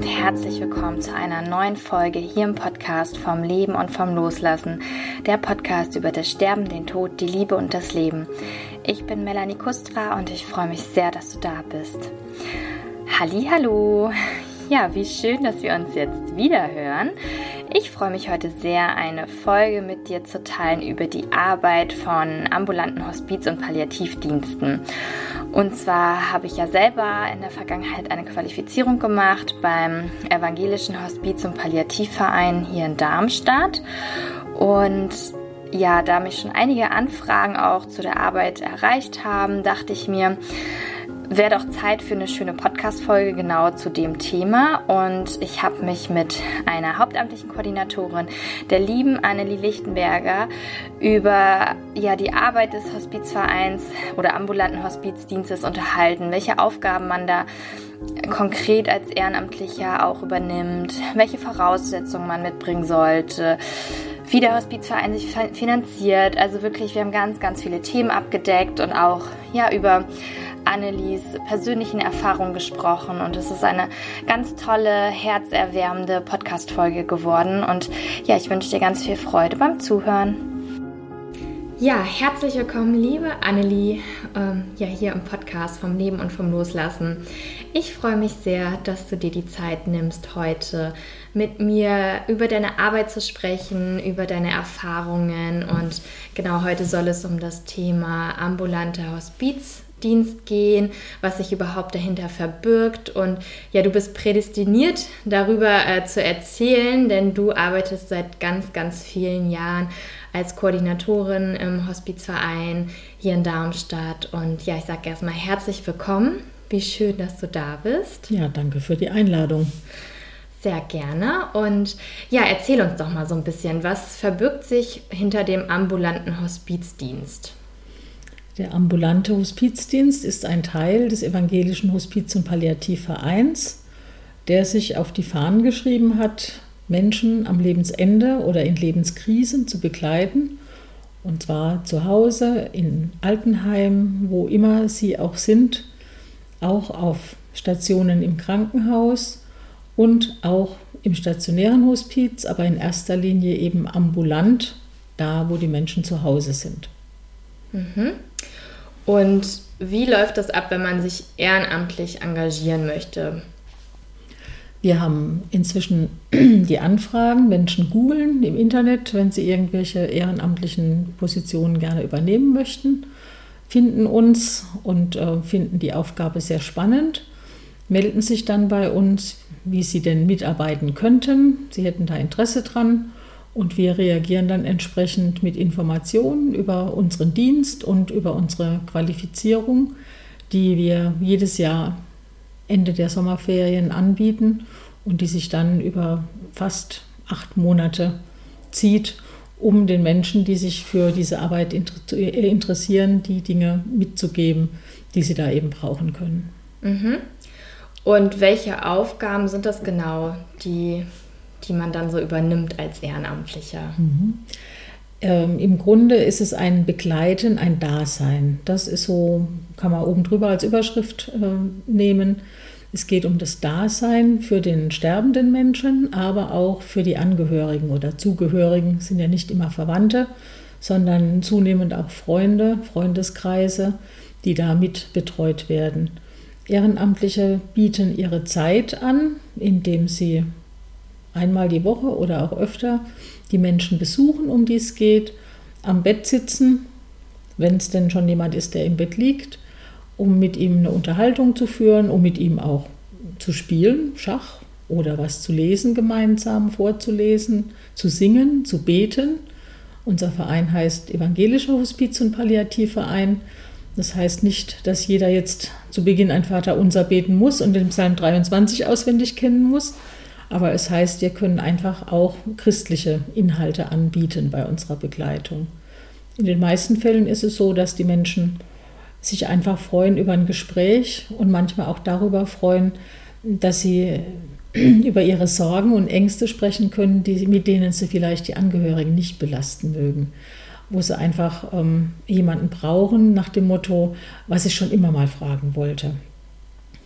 herzlich willkommen zu einer neuen Folge hier im Podcast vom Leben und vom Loslassen, der Podcast über das Sterben, den Tod, die Liebe und das Leben. Ich bin Melanie Kustra und ich freue mich sehr, dass du da bist. Hallihallo! Ja, wie schön, dass wir uns jetzt wieder hören. Ich freue mich heute sehr, eine Folge mit dir zu teilen über die Arbeit von ambulanten Hospiz- und Palliativdiensten. Und zwar habe ich ja selber in der Vergangenheit eine Qualifizierung gemacht beim Evangelischen Hospiz- und Palliativverein hier in Darmstadt. Und ja, da mich schon einige Anfragen auch zu der Arbeit erreicht haben, dachte ich mir, wäre doch Zeit für eine schöne Podcast-Folge genau zu dem Thema. Und ich habe mich mit einer hauptamtlichen Koordinatorin, der lieben Annelie Lichtenberger, über die Arbeit des Hospizvereins oder ambulanten Hospizdienstes unterhalten, welche Aufgaben man da konkret als Ehrenamtlicher auch übernimmt, welche Voraussetzungen man mitbringen sollte, wie der Hospizverein sich finanziert. Also wirklich, wir haben ganz, ganz viele Themen abgedeckt und auch über Annelies persönlichen Erfahrungen gesprochen. Und es ist eine ganz tolle, herzerwärmende Podcast-Folge geworden. Und ja, ich wünsche dir ganz viel Freude beim Zuhören. Ja, herzlich willkommen, liebe Annelie, hier im Podcast vom Leben und vom Loslassen. Ich freue mich sehr, dass du dir die Zeit nimmst, heute mit mir über deine Arbeit zu sprechen, über deine Erfahrungen. Und genau heute soll es um das Thema ambulanter Hospizdienst gehen, was sich überhaupt dahinter verbirgt. Und ja, du bist prädestiniert, darüber zu erzählen, denn du arbeitest seit ganz, ganz vielen Jahren als Koordinatorin im Hospizverein hier in Darmstadt. Und ja, ich sage erstmal herzlich willkommen. Wie schön, dass du da bist. Ja, danke für die Einladung. Sehr gerne. Und ja, erzähl uns doch mal so ein bisschen, was verbirgt sich hinter dem ambulanten Hospizdienst? Der ambulante Hospizdienst ist ein Teil des Evangelischen Hospiz- und Palliativvereins, der sich auf die Fahnen geschrieben hat, Menschen am Lebensende oder in Lebenskrisen zu begleiten, und zwar zu Hause, in Altenheimen, wo immer sie auch sind, auch auf Stationen im Krankenhaus und auch im stationären Hospiz, aber in erster Linie eben ambulant, da wo die Menschen zu Hause sind. Mhm. Und wie läuft das ab, wenn man sich ehrenamtlich engagieren möchte? Wir haben inzwischen die Anfragen, Menschen googeln im Internet, wenn sie irgendwelche ehrenamtlichen Positionen gerne übernehmen möchten, finden uns und finden die Aufgabe sehr spannend, melden sich dann bei uns, wie sie denn mitarbeiten könnten. Sie hätten da Interesse dran und wir reagieren dann entsprechend mit Informationen über unseren Dienst und über unsere Qualifizierung, die wir jedes Jahr Ende der Sommerferien anbieten und die sich dann über fast 8 Monate zieht, um den Menschen, die sich für diese Arbeit interessieren, die Dinge mitzugeben, die sie da eben brauchen können. Mhm. Und welche Aufgaben sind das genau, die man dann so übernimmt als Ehrenamtlicher? Im Grunde ist es ein Begleiten, ein Dasein. Das ist so, kann man oben drüber als Überschrift nehmen. Es geht um das Dasein für den sterbenden Menschen, aber auch für die Angehörigen oder Zugehörigen, sind ja nicht immer Verwandte, sondern zunehmend auch Freunde, Freundeskreise, die da mit betreut werden. Ehrenamtliche bieten ihre Zeit an, indem sie einmal die Woche oder auch öfter die Menschen besuchen, um die es geht, am Bett sitzen, wenn es denn schon jemand ist, der im Bett liegt, um mit ihm eine Unterhaltung zu führen, um mit ihm auch zu spielen, Schach oder was zu lesen gemeinsam, vorzulesen, zu singen, zu beten. Unser Verein heißt Evangelischer Hospiz- und Palliativverein. Das heißt nicht, dass jeder jetzt zu Beginn ein Vaterunser beten muss und den Psalm 23 auswendig kennen muss, aber es heißt, wir können einfach auch christliche Inhalte anbieten bei unserer Begleitung. In den meisten Fällen ist es so, dass die Menschen sich einfach freuen über ein Gespräch und manchmal auch darüber freuen, dass sie über ihre Sorgen und Ängste sprechen können, mit denen sie vielleicht die Angehörigen nicht belasten mögen. Wo sie einfach jemanden brauchen nach dem Motto, was ich schon immer mal fragen wollte.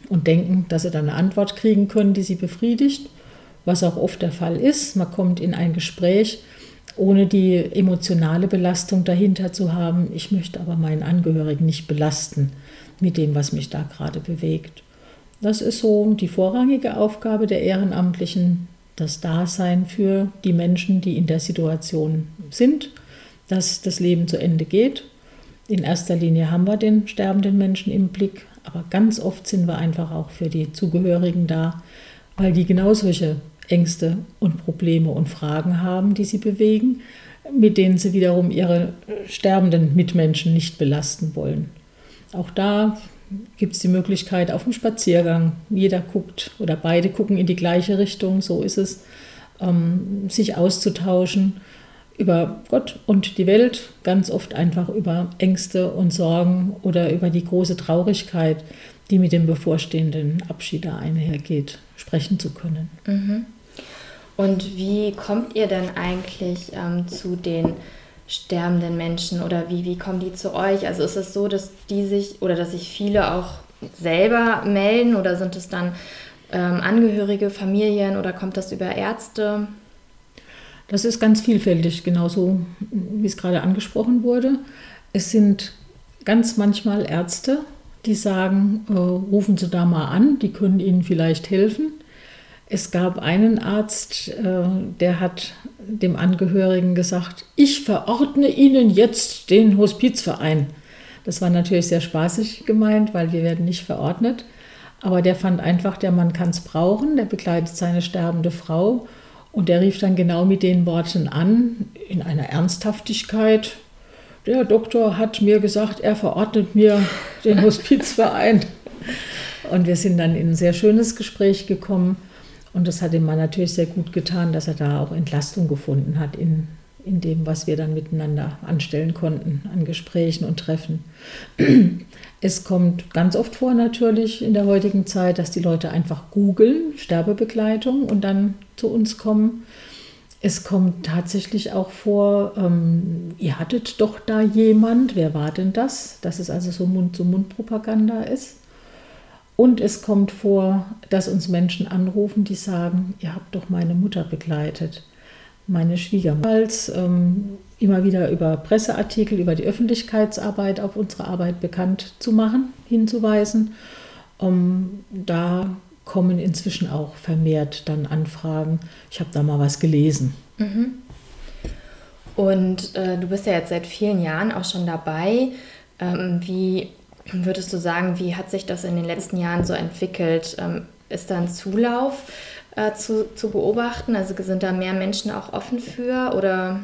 und denken, dass sie dann eine Antwort kriegen können, die sie befriedigt, was auch oft der Fall ist. Man kommt in ein Gespräch, ohne die emotionale Belastung dahinter zu haben. Ich möchte aber meinen Angehörigen nicht belasten mit dem, was mich da gerade bewegt. Das ist so die vorrangige Aufgabe der Ehrenamtlichen, das Dasein für die Menschen, die in der Situation sind, dass das Leben zu Ende geht. In erster Linie haben wir den sterbenden Menschen im Blick, aber ganz oft sind wir einfach auch für die Zugehörigen da, weil die genau solche Ängste und Probleme und Fragen haben, die sie bewegen, mit denen sie wiederum ihre sterbenden Mitmenschen nicht belasten wollen. Auch da gibt es die Möglichkeit auf dem Spaziergang, jeder guckt oder beide gucken in die gleiche Richtung, so ist es, sich auszutauschen über Gott und die Welt, ganz oft einfach über Ängste und Sorgen oder über die große Traurigkeit, die mit dem bevorstehenden Abschied da einhergeht, sprechen zu können. Mhm. Und wie kommt ihr denn eigentlich zu den sterbenden Menschen oder wie kommen die zu euch? Also ist es so, dass die sich oder dass sich viele auch selber melden oder sind es dann Angehörige, Familien oder kommt das über Ärzte? Das ist ganz vielfältig, genauso wie es gerade angesprochen wurde. Es sind ganz manchmal Ärzte, die sagen, rufen Sie da mal an, die können Ihnen vielleicht helfen. Es gab einen Arzt, der hat dem Angehörigen gesagt, ich verordne Ihnen jetzt den Hospizverein. Das war natürlich sehr spaßig gemeint, weil wir werden nicht verordnet. Aber der fand einfach, der Mann kann es brauchen, der begleitet seine sterbende Frau. Und der rief dann genau mit den Worten an, in einer Ernsthaftigkeit. Der Doktor hat mir gesagt, er verordnet mir den Hospizverein. Und wir sind dann in ein sehr schönes Gespräch gekommen. Und das hat dem Mann natürlich sehr gut getan, dass er da auch Entlastung gefunden hat in dem, was wir dann miteinander anstellen konnten an Gesprächen und Treffen. Es kommt ganz oft vor natürlich in der heutigen Zeit, dass die Leute einfach googeln, Sterbebegleitung und dann zu uns kommen. Es kommt tatsächlich auch vor, ihr hattet doch da jemand, wer war denn das? Dass es also so Mund-zu-Mund-Propaganda ist. Und es kommt vor, dass uns Menschen anrufen, die sagen, ihr habt doch meine Mutter begleitet, meine Schwiegermutter. Immer wieder über Presseartikel, über die Öffentlichkeitsarbeit auf unsere Arbeit bekannt zu machen, hinzuweisen. Da kommen inzwischen auch vermehrt dann Anfragen. Ich habe da mal was gelesen. Mhm. Und du bist ja jetzt seit vielen Jahren auch schon dabei. Wie würdest du sagen, wie hat sich das in den letzten Jahren so entwickelt? Ist da ein Zulauf zu beobachten? Also sind da mehr Menschen auch offen für? Oder?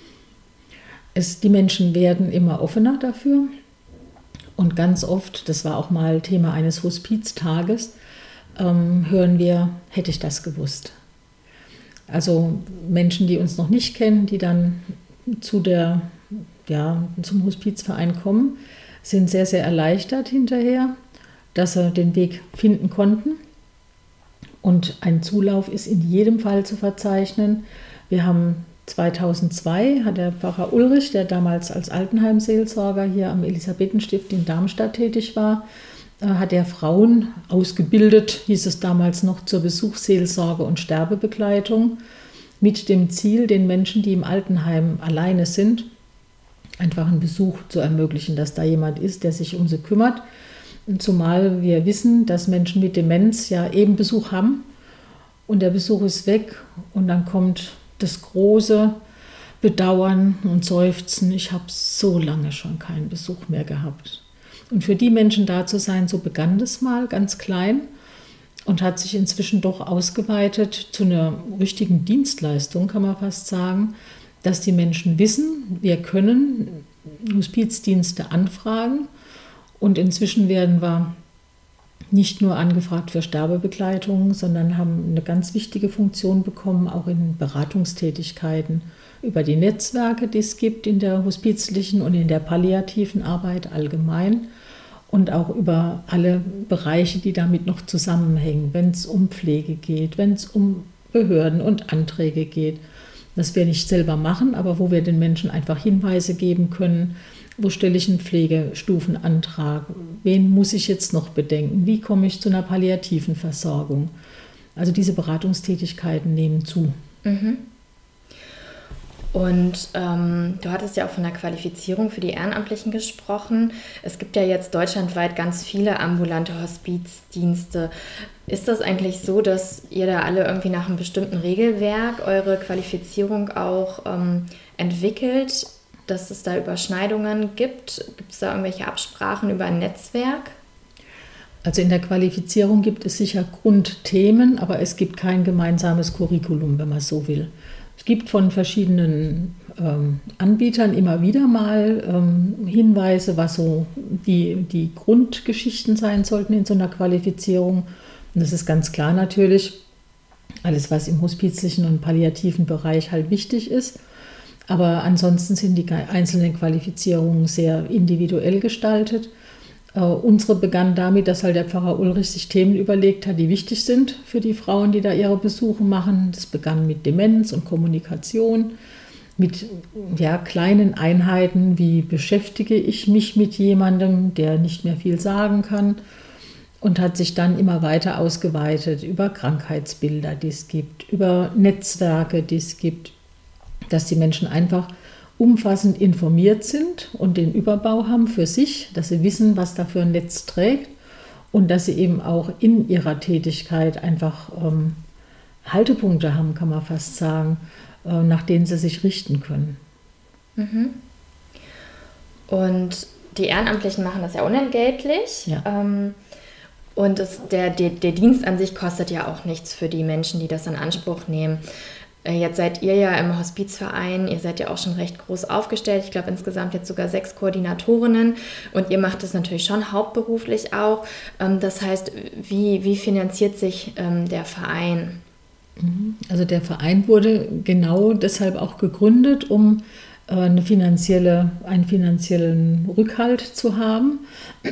Die Menschen werden immer offener dafür. Und ganz oft, das war auch mal Thema eines Hospiztages, hören wir, hätte ich das gewusst. Also Menschen, die uns noch nicht kennen, die dann zum Hospizverein kommen, sind sehr, sehr erleichtert hinterher, dass sie den Weg finden konnten. Und ein Zulauf ist in jedem Fall zu verzeichnen. Wir haben 2002, hat der Pfarrer Ulrich, der damals als Altenheimseelsorger hier am Elisabethenstift in Darmstadt tätig war, hat er Frauen ausgebildet, hieß es damals noch, zur Besuchsseelsorge und Sterbebegleitung, mit dem Ziel, den Menschen, die im Altenheim alleine sind, einfach einen Besuch zu ermöglichen, dass da jemand ist, der sich um sie kümmert. Zumal wir wissen, dass Menschen mit Demenz ja eben Besuch haben und der Besuch ist weg und dann kommt das große Bedauern und Seufzen, ich habe so lange schon keinen Besuch mehr gehabt. Und für die Menschen da zu sein, so begann das mal ganz klein und hat sich inzwischen doch ausgeweitet zu einer richtigen Dienstleistung, kann man fast sagen, dass die Menschen wissen, wir können Hospizdienste anfragen und inzwischen werden wir nicht nur angefragt für Sterbebegleitung, sondern haben eine ganz wichtige Funktion bekommen, auch in Beratungstätigkeiten über die Netzwerke, die es gibt in der hospizlichen und in der palliativen Arbeit allgemein und auch über alle Bereiche, die damit noch zusammenhängen, wenn es um Pflege geht, wenn es um Behörden und Anträge geht, das wir nicht selber machen, aber wo wir den Menschen einfach Hinweise geben können, Wo stelle ich einen Pflegestufenantrag? Wen muss ich jetzt noch bedenken? Wie komme ich zu einer palliativen Versorgung? Also diese Beratungstätigkeiten nehmen zu. Mhm. Und du hattest ja auch von der Qualifizierung für die Ehrenamtlichen gesprochen. Es gibt ja jetzt deutschlandweit ganz viele ambulante Hospizdienste. Ist das eigentlich so, dass ihr da alle irgendwie nach einem bestimmten Regelwerk eure Qualifizierung auch entwickelt, dass es da Überschneidungen gibt? Gibt es da irgendwelche Absprachen über ein Netzwerk? Also in der Qualifizierung gibt es sicher Grundthemen, aber es gibt kein gemeinsames Curriculum, wenn man so will. Es gibt von verschiedenen Anbietern immer wieder mal Hinweise, was so die Grundgeschichten sein sollten in so einer Qualifizierung. Und das ist ganz klar natürlich alles, was im hospizlichen und palliativen Bereich halt wichtig ist. Aber ansonsten sind die einzelnen Qualifizierungen sehr individuell gestaltet. Unsere begann damit, dass halt der Pfarrer Ulrich sich Themen überlegt hat, die wichtig sind für die Frauen, die da ihre Besuche machen. Das begann mit Demenz und Kommunikation, mit kleinen Einheiten, wie beschäftige ich mich mit jemandem, der nicht mehr viel sagen kann, und hat sich dann immer weiter ausgeweitet über Krankheitsbilder, die es gibt, über Netzwerke, die es gibt, dass die Menschen einfach umfassend informiert sind und den Überbau haben für sich, dass sie wissen, was da für ein Netz trägt und dass sie eben auch in ihrer Tätigkeit einfach Haltepunkte haben, kann man fast sagen, nach denen sie sich richten können. Mhm. Und die Ehrenamtlichen machen das ja unentgeltlich. Ja. Und der Dienst an sich kostet ja auch nichts für die Menschen, die das in Anspruch nehmen. Jetzt seid ihr ja im Hospizverein, ihr seid ja auch schon recht groß aufgestellt. Ich glaube insgesamt jetzt sogar 6 Koordinatorinnen und ihr macht das natürlich schon hauptberuflich auch. Das heißt, wie finanziert sich der Verein? Also der Verein wurde genau deshalb auch gegründet, um einen finanziellen Rückhalt zu haben.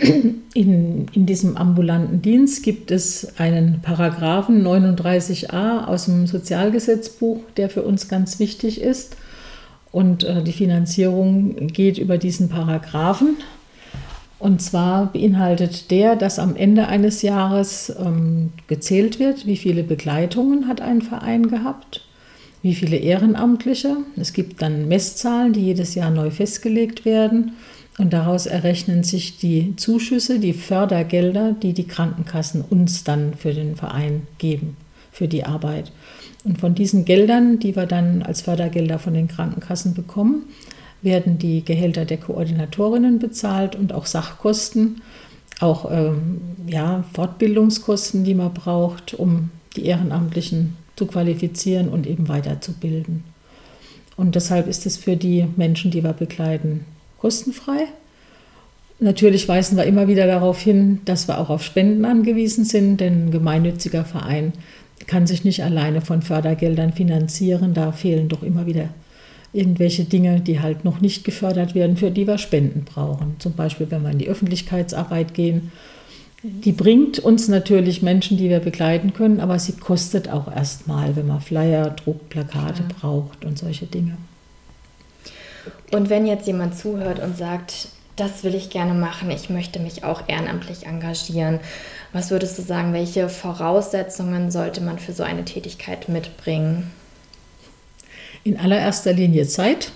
In diesem ambulanten Dienst gibt es einen Paragraphen 39a aus dem Sozialgesetzbuch, der für uns ganz wichtig ist. Und die Finanzierung geht über diesen Paragraphen. Und zwar beinhaltet der, dass am Ende eines Jahres gezählt wird, wie viele Begleitungen hat ein Verein gehabt, wie viele Ehrenamtliche. Es gibt dann Messzahlen, die jedes Jahr neu festgelegt werden. Und daraus errechnen sich die Zuschüsse, die Fördergelder, die die Krankenkassen uns dann für den Verein geben, für die Arbeit. Und von diesen Geldern, die wir dann als Fördergelder von den Krankenkassen bekommen, werden die Gehälter der Koordinatorinnen bezahlt und auch Sachkosten, auch Fortbildungskosten, die man braucht, um die Ehrenamtlichen zu qualifizieren und eben weiterzubilden. Und deshalb ist es für die Menschen, die wir begleiten, kostenfrei. Natürlich weisen wir immer wieder darauf hin, dass wir auch auf Spenden angewiesen sind, denn ein gemeinnütziger Verein kann sich nicht alleine von Fördergeldern finanzieren. Da fehlen doch immer wieder irgendwelche Dinge, die halt noch nicht gefördert werden, für die wir Spenden brauchen. Zum Beispiel, wenn wir in die Öffentlichkeitsarbeit gehen. Die bringt uns natürlich Menschen, die wir begleiten können, aber sie kostet auch erstmal, wenn man Flyer, Druckplakate braucht und solche Dinge. Und wenn jetzt jemand zuhört und sagt, das will ich gerne machen, ich möchte mich auch ehrenamtlich engagieren, was würdest du sagen, welche Voraussetzungen sollte man für so eine Tätigkeit mitbringen? In allererster Linie Zeit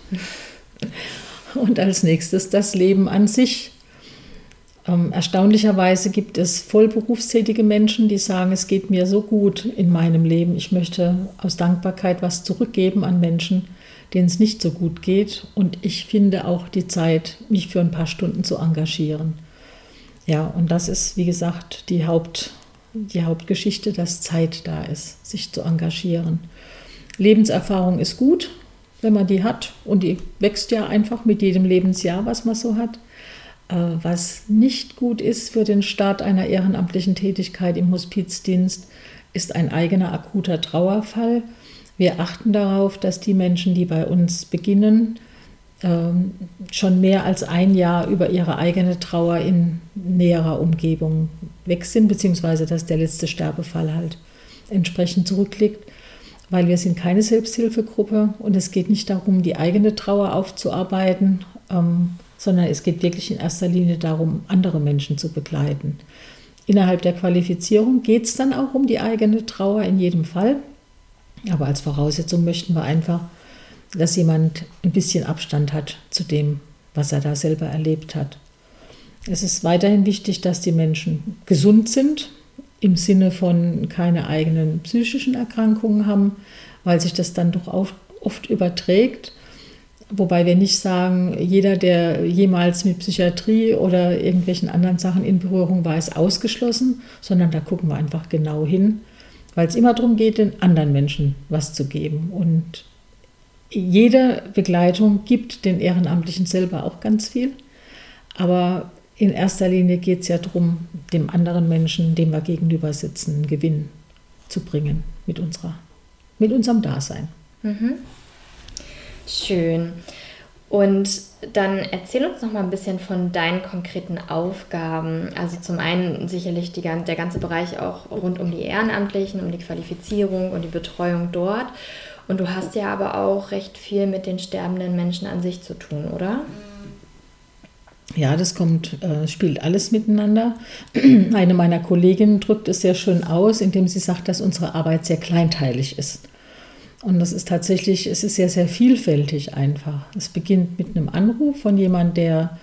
und als nächstes das Leben an sich. Erstaunlicherweise gibt es vollberufstätige Menschen, die sagen, es geht mir so gut in meinem Leben, ich möchte aus Dankbarkeit was zurückgeben an Menschen, denen es nicht so gut geht, und ich finde auch die Zeit, mich für ein paar Stunden zu engagieren. Ja, und das ist, wie gesagt, die Hauptgeschichte, dass Zeit da ist, sich zu engagieren. Lebenserfahrung ist gut, wenn man die hat, und die wächst ja einfach mit jedem Lebensjahr, was man so hat. Was nicht gut ist für den Start einer ehrenamtlichen Tätigkeit im Hospizdienst, ist ein eigener akuter Trauerfall. Wir achten darauf, dass die Menschen, die bei uns beginnen, schon mehr als ein Jahr über ihre eigene Trauer in näherer Umgebung weg sind, beziehungsweise dass der letzte Sterbefall halt entsprechend zurückliegt, weil wir sind keine Selbsthilfegruppe und es geht nicht darum, die eigene Trauer aufzuarbeiten, sondern es geht wirklich in erster Linie darum, andere Menschen zu begleiten. Innerhalb der Qualifizierung geht es dann auch um die eigene Trauer in jedem Fall. Aber als Voraussetzung möchten wir einfach, dass jemand ein bisschen Abstand hat zu dem, was er da selber erlebt hat. Es ist weiterhin wichtig, dass die Menschen gesund sind, im Sinne von keine eigenen psychischen Erkrankungen haben, weil sich das dann doch auch oft überträgt. Wobei wir nicht sagen, jeder, der jemals mit Psychiatrie oder irgendwelchen anderen Sachen in Berührung war, ist ausgeschlossen, sondern da gucken wir einfach genau hin, weil es immer darum geht, den anderen Menschen was zu geben. Und jede Begleitung gibt den Ehrenamtlichen selber auch ganz viel, aber in erster Linie geht es ja darum, dem anderen Menschen, dem wir gegenüber sitzen, einen Gewinn zu bringen mit unserem Dasein. Mhm. Schön. Und dann erzähl uns noch mal ein bisschen von deinen konkreten Aufgaben. Also zum einen sicherlich der ganze Bereich auch rund um die Ehrenamtlichen, um die Qualifizierung und die Betreuung dort. Und du hast ja aber auch recht viel mit den sterbenden Menschen an sich zu tun, oder? Ja, das spielt alles miteinander. Eine meiner Kolleginnen drückt es sehr schön aus, indem sie sagt, dass unsere Arbeit sehr kleinteilig ist. Und das ist tatsächlich, es ist sehr, sehr vielfältig einfach. Es beginnt mit einem Anruf von jemandem, der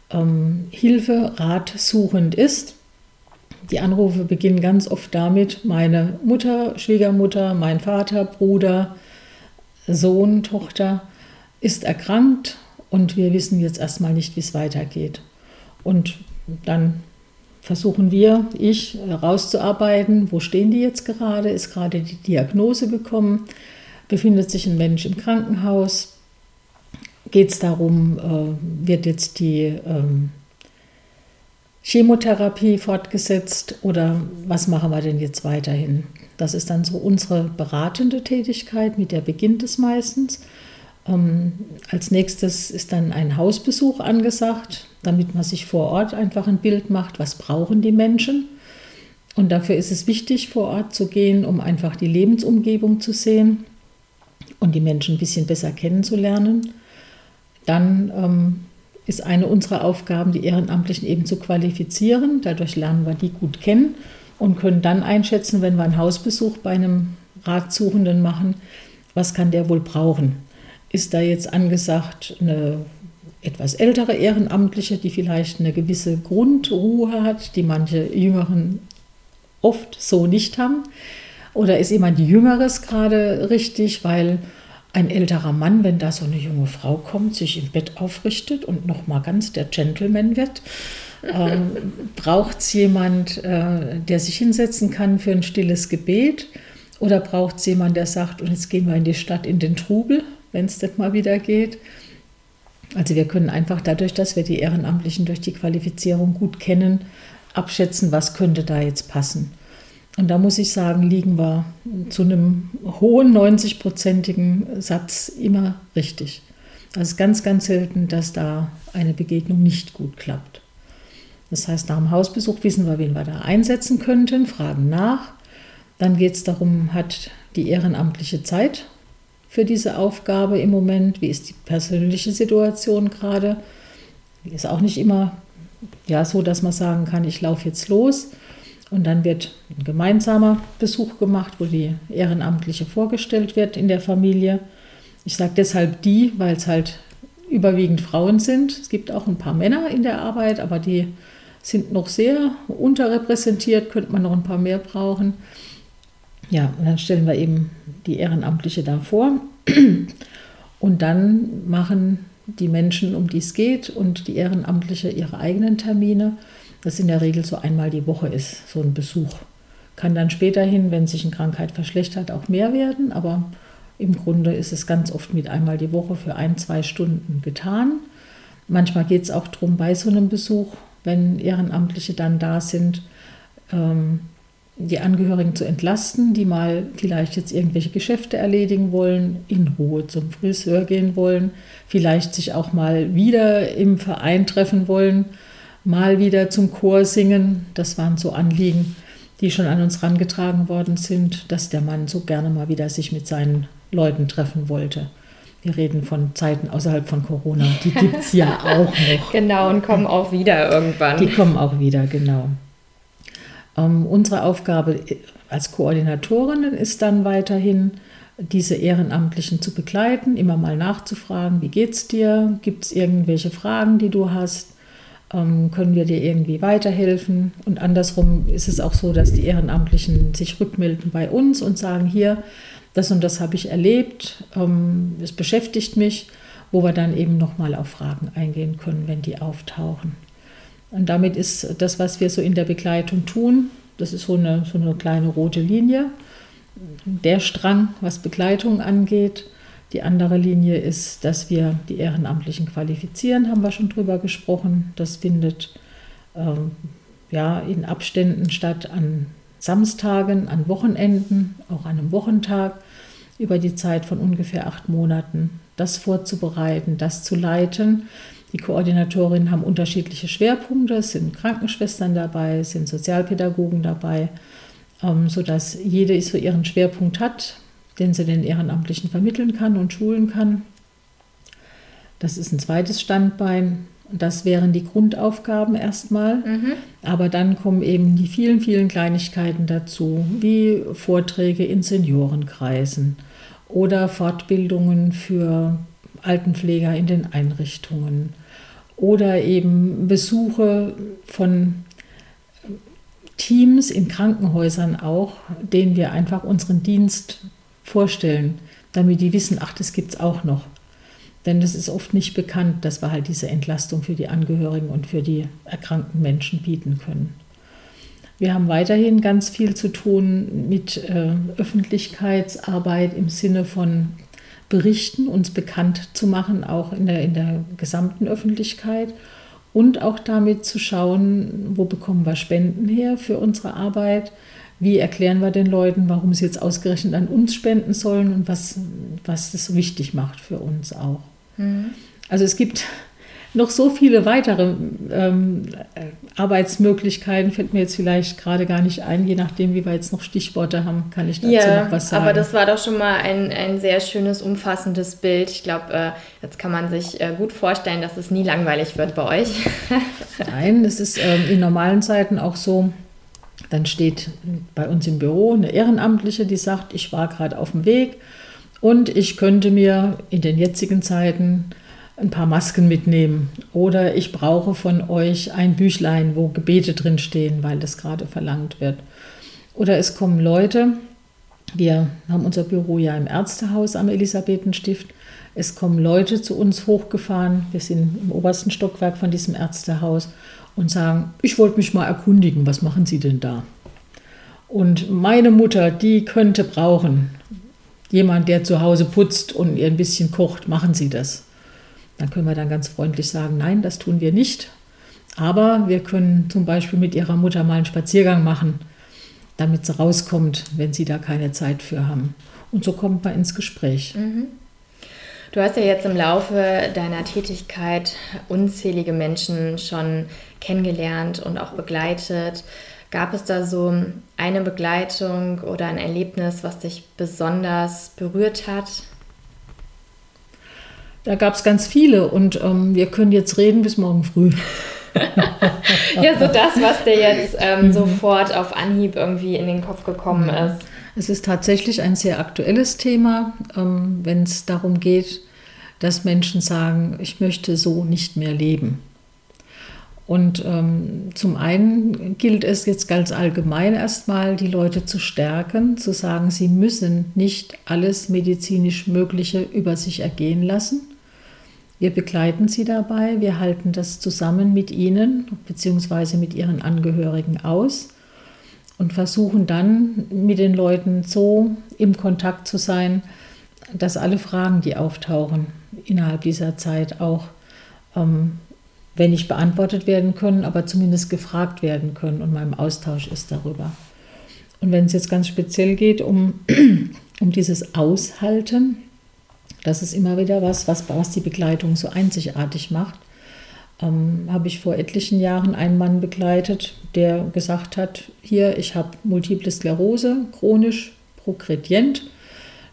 Hilfe, Rat suchend ist. Die Anrufe beginnen ganz oft damit, meine Mutter, Schwiegermutter, mein Vater, Bruder, Sohn, Tochter ist erkrankt und wir wissen jetzt erstmal nicht, wie es weitergeht. Und dann versuchen ich herauszuarbeiten, wo stehen die jetzt gerade, ist gerade die Diagnose gekommen, befindet sich ein Mensch im Krankenhaus, geht es darum, wird jetzt die Chemotherapie fortgesetzt oder was machen wir denn jetzt weiterhin? Das ist dann so unsere beratende Tätigkeit, mit der beginnt es meistens. Als nächstes ist dann ein Hausbesuch angesagt, damit man sich vor Ort einfach ein Bild macht, was brauchen die Menschen. Und dafür ist es wichtig, vor Ort zu gehen, um einfach die Lebensumgebung zu sehen und die Menschen ein bisschen besser kennenzulernen. Dann ist eine unserer Aufgaben, die Ehrenamtlichen eben zu qualifizieren. Dadurch lernen wir die gut kennen und können dann einschätzen, wenn wir einen Hausbesuch bei einem Ratsuchenden machen, was kann der wohl brauchen. Ist da jetzt angesagt eine etwas ältere Ehrenamtliche, die vielleicht eine gewisse Grundruhe hat, die manche Jüngeren oft so nicht haben? Oder ist jemand Jüngeres gerade richtig, weil ein älterer Mann, wenn da so eine junge Frau kommt, sich im Bett aufrichtet und nochmal ganz der Gentleman wird? Braucht es jemand, der sich hinsetzen kann für ein stilles Gebet? Oder braucht es jemand, der sagt, und jetzt gehen wir in die Stadt in den Trubel, wenn es das mal wieder geht? Also wir können einfach dadurch, dass wir die Ehrenamtlichen durch die Qualifizierung gut kennen, abschätzen, was könnte da jetzt passen. Und da muss ich sagen, liegen wir zu einem hohen 90-prozentigen Satz immer richtig. Also es ist ganz, ganz selten, dass da eine Begegnung nicht gut klappt. Das heißt, nach dem Hausbesuch wissen wir, wen wir da einsetzen könnten, fragen nach. Dann geht es darum, hat die Ehrenamtliche Zeit für diese Aufgabe im Moment? Wie ist die persönliche Situation gerade? Die ist auch nicht immer so, dass man sagen kann, ich laufe jetzt los. Und dann wird ein gemeinsamer Besuch gemacht, wo die Ehrenamtliche vorgestellt wird in der Familie. Ich sage deshalb die, weil es halt überwiegend Frauen sind. Es gibt auch ein paar Männer in der Arbeit, aber die sind noch sehr unterrepräsentiert, könnte man noch ein paar mehr brauchen. Ja, und dann stellen wir eben die Ehrenamtliche da vor und dann machen die Menschen, um die es geht, und die Ehrenamtliche ihre eigenen Termine. Das in der Regel so einmal die Woche ist, so ein Besuch. Kann dann späterhin, wenn sich eine Krankheit verschlechtert, auch mehr werden, aber im Grunde ist es ganz oft mit einmal die Woche für 1-2 Stunden getan. Manchmal geht es auch darum, bei so einem Besuch, wenn Ehrenamtliche dann da sind, die Angehörigen zu entlasten, die mal vielleicht jetzt irgendwelche Geschäfte erledigen wollen, in Ruhe zum Friseur gehen wollen, vielleicht sich auch mal wieder im Verein treffen wollen, mal wieder zum Chor singen. Das waren so Anliegen, die schon an uns herangetragen worden sind, dass der Mann so gerne mal wieder sich mit seinen Leuten treffen wollte. Wir reden von Zeiten außerhalb von Corona. Die gibt es ja auch noch. Genau, und kommen auch wieder irgendwann. Die kommen auch wieder, genau. Unsere Aufgabe als Koordinatorinnen ist dann weiterhin, diese Ehrenamtlichen zu begleiten, immer mal nachzufragen, wie geht's dir? Gibt es irgendwelche Fragen, die du hast? Können wir dir irgendwie weiterhelfen? Und andersrum ist es auch so, dass die Ehrenamtlichen sich rückmelden bei uns und sagen, hier, das und das habe ich erlebt, es beschäftigt mich, wo wir dann eben nochmal auf Fragen eingehen können, wenn die auftauchen. Und damit ist das, was wir so in der Begleitung tun, das ist so eine kleine rote Linie, der Strang, was Begleitung angeht. Die andere Linie ist, dass wir die Ehrenamtlichen qualifizieren, haben wir schon drüber gesprochen. Das findet in Abständen statt an Samstagen, an Wochenenden, auch an einem Wochentag, über die Zeit von ungefähr 8 Monaten. Das vorzubereiten, das zu leiten. Die Koordinatorinnen haben unterschiedliche Schwerpunkte, es sind Krankenschwestern dabei, es sind Sozialpädagogen dabei, sodass jede so ihren Schwerpunkt hat, den sie den Ehrenamtlichen vermitteln kann und schulen kann. Das ist ein zweites Standbein. Das wären die Grundaufgaben erstmal. Aber dann kommen eben die vielen, vielen Kleinigkeiten dazu, wie Vorträge in Seniorenkreisen oder Fortbildungen für Altenpfleger in den Einrichtungen oder eben Besuche von Teams in Krankenhäusern auch, denen wir einfach unseren Dienst vorstellen, damit die wissen, ach, das gibt es auch noch. Denn das ist oft nicht bekannt, dass wir halt diese Entlastung für die Angehörigen und für die erkrankten Menschen bieten können. Wir haben weiterhin ganz viel zu tun mit Öffentlichkeitsarbeit im Sinne von Berichten, uns bekannt zu machen, auch in der gesamten Öffentlichkeit. Und auch damit zu schauen, wo bekommen wir Spenden her für unsere Arbeit, wie erklären wir den Leuten, warum sie jetzt ausgerechnet an uns spenden sollen und was das so wichtig macht für uns auch. Also es gibt noch so viele weitere Arbeitsmöglichkeiten, fällt mir jetzt vielleicht gerade gar nicht ein, je nachdem, wie wir jetzt noch Stichworte haben, kann ich dazu noch was sagen. Aber das war doch schon mal ein sehr schönes, umfassendes Bild. Ich glaube, jetzt kann man sich gut vorstellen, dass es nie langweilig wird bei euch. Nein, das ist in normalen Zeiten auch so. Dann steht bei uns im Büro eine Ehrenamtliche, die sagt, ich war gerade auf dem Weg und ich könnte mir in den jetzigen Zeiten ein paar Masken mitnehmen oder ich brauche von euch ein Büchlein, wo Gebete drinstehen, weil das gerade verlangt wird. Oder es kommen Leute, wir haben unser Büro ja im Ärztehaus am Elisabethenstift, es kommen Leute zu uns hochgefahren, wir sind im obersten Stockwerk von diesem Ärztehaus und sagen, ich wollte mich mal erkundigen, was machen Sie denn da? Und meine Mutter, die könnte brauchen, jemand, der zu Hause putzt und ihr ein bisschen kocht, machen Sie das? Dann können wir dann ganz freundlich sagen, nein, das tun wir nicht. Aber wir können zum Beispiel mit Ihrer Mutter mal einen Spaziergang machen, damit sie rauskommt, wenn Sie da keine Zeit für haben. Und so kommt man ins Gespräch. Du hast ja jetzt im Laufe deiner Tätigkeit unzählige Menschen schon kennengelernt und auch begleitet. Gab es da so eine Begleitung oder ein Erlebnis, was dich besonders berührt hat? Da gab es ganz viele und wir können jetzt reden bis morgen früh. Ja, so das, was dir jetzt sofort auf Anhieb irgendwie in den Kopf gekommen ist. Es ist tatsächlich ein sehr aktuelles Thema, wenn es darum geht, dass Menschen sagen, ich möchte so nicht mehr leben. Und zum einen gilt es jetzt ganz allgemein erstmal, die Leute zu stärken, zu sagen, sie müssen nicht alles medizinisch Mögliche über sich ergehen lassen. Wir begleiten sie dabei, wir halten das zusammen mit ihnen bzw. mit ihren Angehörigen aus und versuchen dann mit den Leuten so im Kontakt zu sein, dass alle Fragen, die auftauchen, innerhalb dieser Zeit auch, wenn nicht beantwortet werden können, aber zumindest gefragt werden können und man im Austausch ist darüber. Und wenn es jetzt ganz speziell geht um dieses Aushalten, das ist immer wieder was die Begleitung so einzigartig macht. Habe ich vor etlichen Jahren einen Mann begleitet, der gesagt hat, hier, ich habe Multiple Sklerose, chronisch, progredient.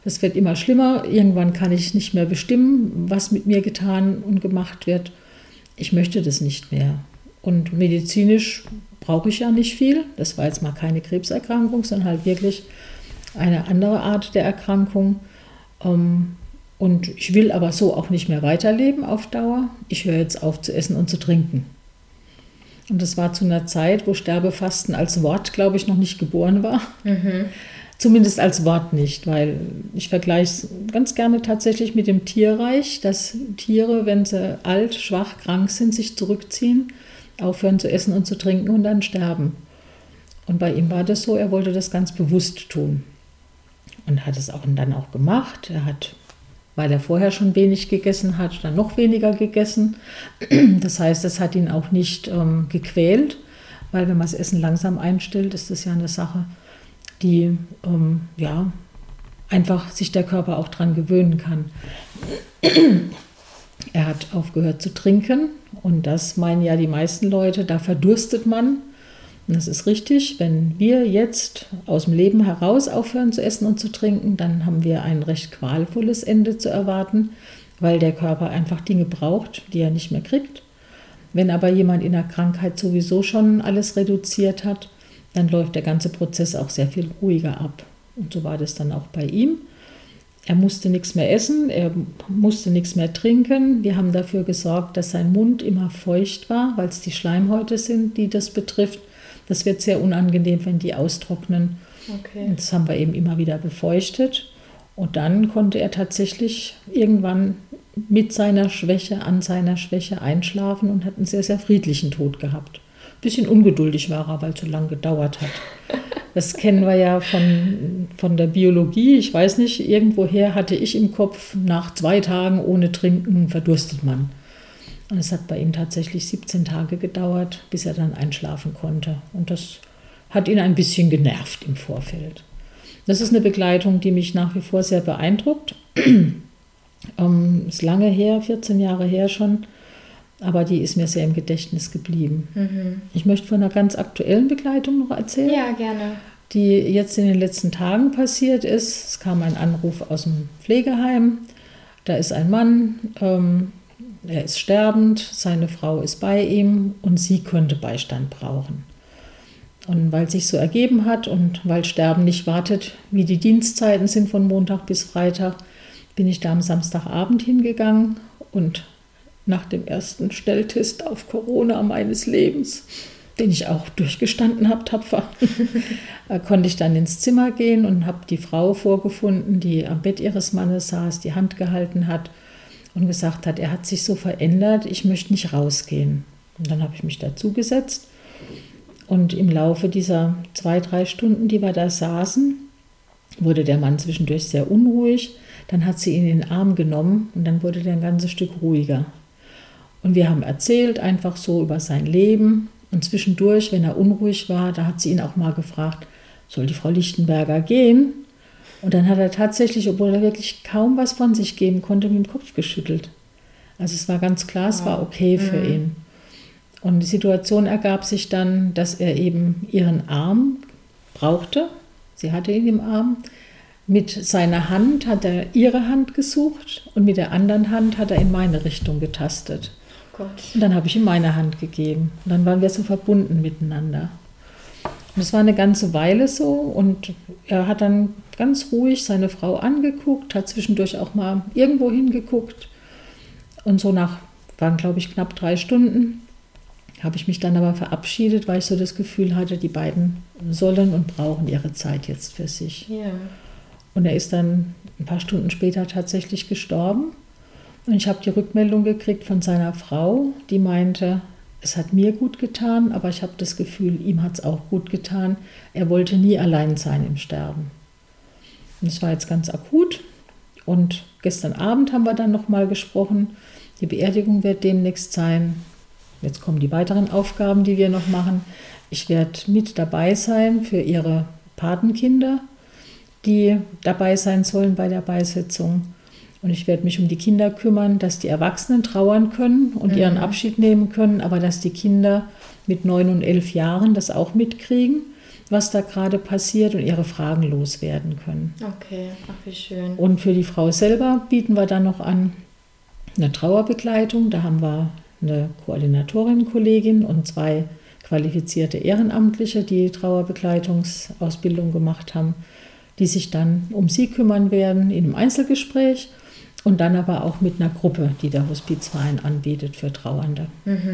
Das wird immer schlimmer. Irgendwann kann ich nicht mehr bestimmen, was mit mir getan und gemacht wird. Ich möchte das nicht mehr. Und medizinisch brauche ich ja nicht viel. Das war jetzt mal keine Krebserkrankung, sondern halt wirklich eine andere Art der Erkrankung. Und ich will aber so auch nicht mehr weiterleben auf Dauer. Ich höre jetzt auf zu essen und zu trinken. Und das war zu einer Zeit, wo Sterbefasten als Wort, glaube ich, noch nicht geboren war. Mhm. Zumindest als Wort nicht, weil ich vergleiche es ganz gerne tatsächlich mit dem Tierreich, dass Tiere, wenn sie alt, schwach, krank sind, sich zurückziehen, aufhören zu essen und zu trinken und dann sterben. Und bei ihm war das so, er wollte das ganz bewusst tun und hat es auch dann auch gemacht. Er hat, weil er vorher schon wenig gegessen hat, dann noch weniger gegessen. Das heißt, das hat ihn auch nicht gequält, weil wenn man das Essen langsam einstellt, ist das ja eine Sache, die einfach sich der Körper auch dran gewöhnen kann. Er hat aufgehört zu trinken und das meinen ja die meisten Leute, da verdurstet man. Und das ist richtig, wenn wir jetzt aus dem Leben heraus aufhören zu essen und zu trinken, dann haben wir ein recht qualvolles Ende zu erwarten, weil der Körper einfach Dinge braucht, die er nicht mehr kriegt. Wenn aber jemand in der Krankheit sowieso schon alles reduziert hat, dann läuft der ganze Prozess auch sehr viel ruhiger ab. Und so war das dann auch bei ihm. Er musste nichts mehr essen, er musste nichts mehr trinken. Wir haben dafür gesorgt, dass sein Mund immer feucht war, weil es die Schleimhäute sind, die das betrifft. Das wird sehr unangenehm, wenn die austrocknen. Okay. Das haben wir eben immer wieder befeuchtet. Und dann konnte er tatsächlich irgendwann mit seiner Schwäche, an seiner Schwäche einschlafen und hat einen sehr, sehr friedlichen Tod gehabt. Ein bisschen ungeduldig war er, weil es so lange gedauert hat. Das kennen wir ja von der Biologie. Ich weiß nicht, irgendwoher hatte ich im Kopf, nach 2 Tagen ohne Trinken verdurstet man. Und es hat bei ihm tatsächlich 17 Tage gedauert, bis er dann einschlafen konnte. Und das hat ihn ein bisschen genervt im Vorfeld. Das ist eine Begleitung, die mich nach wie vor sehr beeindruckt. Ist lange her, 14 Jahre her schon, aber die ist mir sehr im Gedächtnis geblieben. Mhm. Ich möchte von einer ganz aktuellen Begleitung noch erzählen. Ja, gerne. Die jetzt in den letzten Tagen passiert ist. Es kam ein Anruf aus dem Pflegeheim. Da ist ein Mann, er ist sterbend, seine Frau ist bei ihm und sie könnte Beistand brauchen. Und weil es sich so ergeben hat und weil Sterben nicht wartet, wie die Dienstzeiten sind von Montag bis Freitag, bin ich da am Samstagabend hingegangen und nach dem ersten Schnelltest auf Corona meines Lebens, den ich auch durchgestanden habe, tapfer, konnte ich dann ins Zimmer gehen und habe die Frau vorgefunden, die am Bett ihres Mannes saß, die Hand gehalten hat und gesagt hat, er hat sich so verändert, ich möchte nicht rausgehen. Und dann habe ich mich dazugesetzt und im Laufe dieser 2-3 Stunden, die wir da saßen, wurde der Mann zwischendurch sehr unruhig. Dann hat sie ihn in den Arm genommen und dann wurde der ein ganzes Stück ruhiger. Und wir haben erzählt einfach so über sein Leben. Und zwischendurch, wenn er unruhig war, da hat sie ihn auch mal gefragt, soll die Frau Lichtenberger gehen? Und dann hat er tatsächlich, obwohl er wirklich kaum was von sich geben konnte, mit dem Kopf geschüttelt. Also es war ganz klar, es war okay für ihn. Und die Situation ergab sich dann, dass er eben ihren Arm brauchte. Sie hatte ihn im Arm. Mit seiner Hand hat er ihre Hand gesucht und mit der anderen Hand hat er in meine Richtung getastet. Gott. Und dann habe ich ihm meine Hand gegeben. Und dann waren wir so verbunden miteinander. Und es war eine ganze Weile so und er hat dann ganz ruhig seine Frau angeguckt, hat zwischendurch auch mal irgendwo hingeguckt. Und so waren glaube ich knapp 3 Stunden, habe ich mich dann aber verabschiedet, weil ich so das Gefühl hatte, die beiden sollen und brauchen ihre Zeit jetzt für sich. Ja. Und er ist dann ein paar Stunden später tatsächlich gestorben. Und ich habe die Rückmeldung gekriegt von seiner Frau, die meinte, es hat mir gut getan, aber ich habe das Gefühl, ihm hat es auch gut getan. Er wollte nie allein sein im Sterben. Und das war jetzt ganz akut. Und gestern Abend haben wir dann nochmal gesprochen. Die Beerdigung wird demnächst sein. Jetzt kommen die weiteren Aufgaben, die wir noch machen. Ich werde mit dabei sein für ihre Patenkinder, die dabei sein sollen bei der Beisetzung. Und ich werde mich um die Kinder kümmern, dass die Erwachsenen trauern können und ihren Abschied nehmen können, aber dass die Kinder mit 9 und 11 Jahren das auch mitkriegen, was da gerade passiert und ihre Fragen loswerden können. Okay, ach wie schön. Und für die Frau selber bieten wir dann noch an eine Trauerbegleitung. Da haben wir eine Koordinatorin-Kollegin und 2 qualifizierte Ehrenamtliche, die Trauerbegleitungsausbildung gemacht haben, die sich dann um sie kümmern werden in einem Einzelgespräch und dann aber auch mit einer Gruppe, die der Hospizverein anbietet für Trauernde.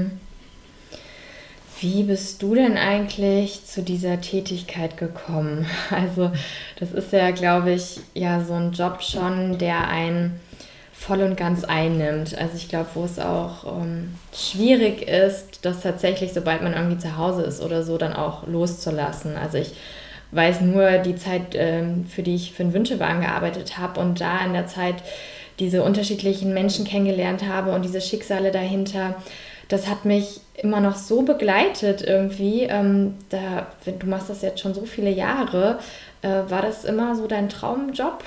Wie bist du denn eigentlich zu dieser Tätigkeit gekommen? Also das ist ja, glaube ich, ja so ein Job schon, der einen voll und ganz einnimmt. Also ich glaube, wo es auch schwierig ist, das tatsächlich, sobald man irgendwie zu Hause ist oder so, dann auch loszulassen. Also ich weiß nur die Zeit, für die ich für den Wünschewagen gearbeitet habe und da in der Zeit diese unterschiedlichen Menschen kennengelernt habe und diese Schicksale dahinter, das hat mich immer noch so begleitet irgendwie. Du machst das jetzt schon so viele Jahre. War das immer so dein Traumjob?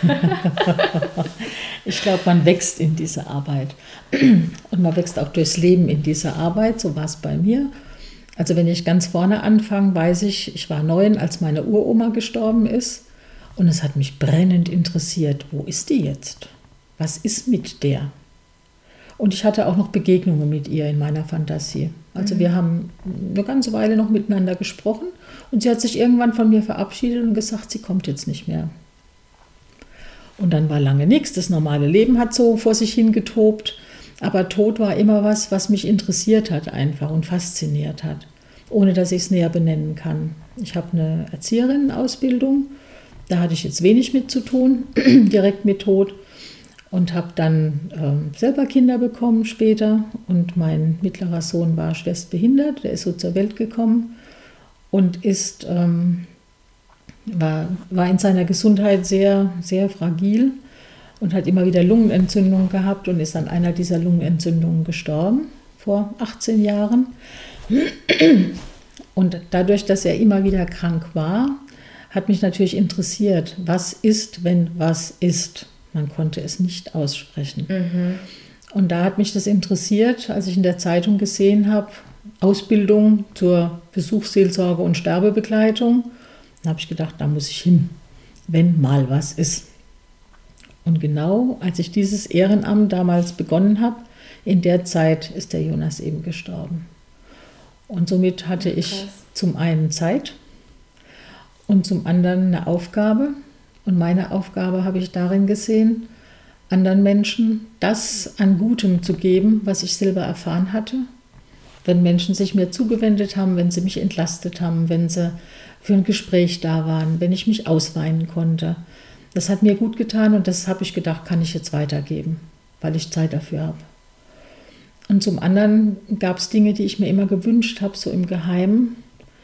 Ich glaube, man wächst in dieser Arbeit. Und man wächst auch durchs Leben in dieser Arbeit. So war es bei mir. Also wenn ich ganz vorne anfange, weiß ich, ich war 9, als meine Uroma gestorben ist. Und es hat mich brennend interessiert, wo ist die jetzt? Was ist mit der? Und ich hatte auch noch Begegnungen mit ihr in meiner Fantasie. Also wir haben eine ganze Weile noch miteinander gesprochen und sie hat sich irgendwann von mir verabschiedet und gesagt, sie kommt jetzt nicht mehr. Und dann war lange nichts. Das normale Leben hat so vor sich hingetobt. Aber Tod war immer was mich interessiert hat einfach und fasziniert hat, ohne dass ich es näher benennen kann. Ich habe eine Erzieherinnenausbildung. Da hatte ich jetzt wenig mit zu tun, direkt mit Tod. Und habe dann selber Kinder bekommen später. Und mein mittlerer Sohn war schwerstbehindert, der ist so zur Welt gekommen und war in seiner Gesundheit sehr, sehr fragil und hat immer wieder Lungenentzündungen gehabt und ist an einer dieser Lungenentzündungen gestorben, vor 18 Jahren. Und dadurch, dass er immer wieder krank war, hat mich natürlich interessiert, was ist, wenn was ist. Man konnte es nicht aussprechen. Und da hat mich das interessiert, als ich in der Zeitung gesehen habe, Ausbildung zur Besuchsseelsorge und Sterbebegleitung. Da habe ich gedacht, da muss ich hin, wenn mal was ist. Und genau als ich dieses Ehrenamt damals begonnen habe, in der Zeit ist der Jonas eben gestorben. Und somit hatte ich zum einen Zeit und zum anderen eine Aufgabe. Und meine Aufgabe habe ich darin gesehen, anderen Menschen das an Gutem zu geben, was ich selber erfahren hatte. Wenn Menschen sich mir zugewendet haben, wenn sie mich entlastet haben, wenn sie für ein Gespräch da waren, wenn ich mich ausweinen konnte. Das hat mir gut getan und das habe ich gedacht, kann ich jetzt weitergeben, weil ich Zeit dafür habe. Und zum anderen gab es Dinge, die ich mir immer gewünscht habe, so im Geheimen,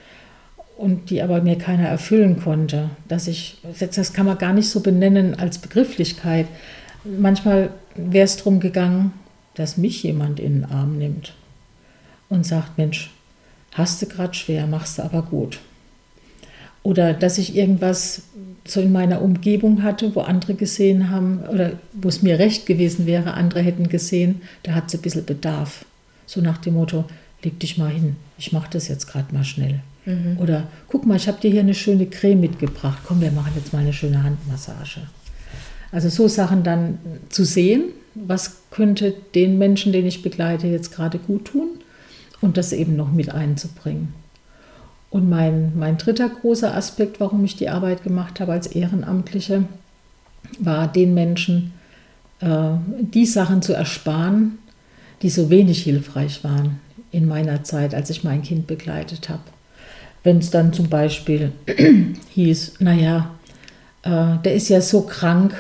und die aber mir keiner erfüllen konnte. Das kann man gar nicht so benennen als Begrifflichkeit. Manchmal wäre es darum gegangen, dass mich jemand in den Arm nimmt und sagt, Mensch, hast du gerade schwer, machst du aber gut. Oder dass ich irgendwas so in meiner Umgebung hatte, wo andere gesehen haben, oder wo es mir recht gewesen wäre, andere hätten gesehen, da hat es ein bisschen Bedarf. So nach dem Motto, leg dich mal hin, ich mache das jetzt gerade mal schnell. Oder guck mal, ich habe dir hier eine schöne Creme mitgebracht. Komm, wir machen jetzt mal eine schöne Handmassage. Also so Sachen dann zu sehen, was könnte den Menschen, den ich begleite, jetzt gerade gut tun und das eben noch mit einzubringen. Und mein dritter großer Aspekt, warum ich die Arbeit gemacht habe als Ehrenamtliche, war den Menschen die Sachen zu ersparen, die so wenig hilfreich waren in meiner Zeit, als ich mein Kind begleitet habe. Wenn es dann zum Beispiel hieß, naja, der ist ja so krank,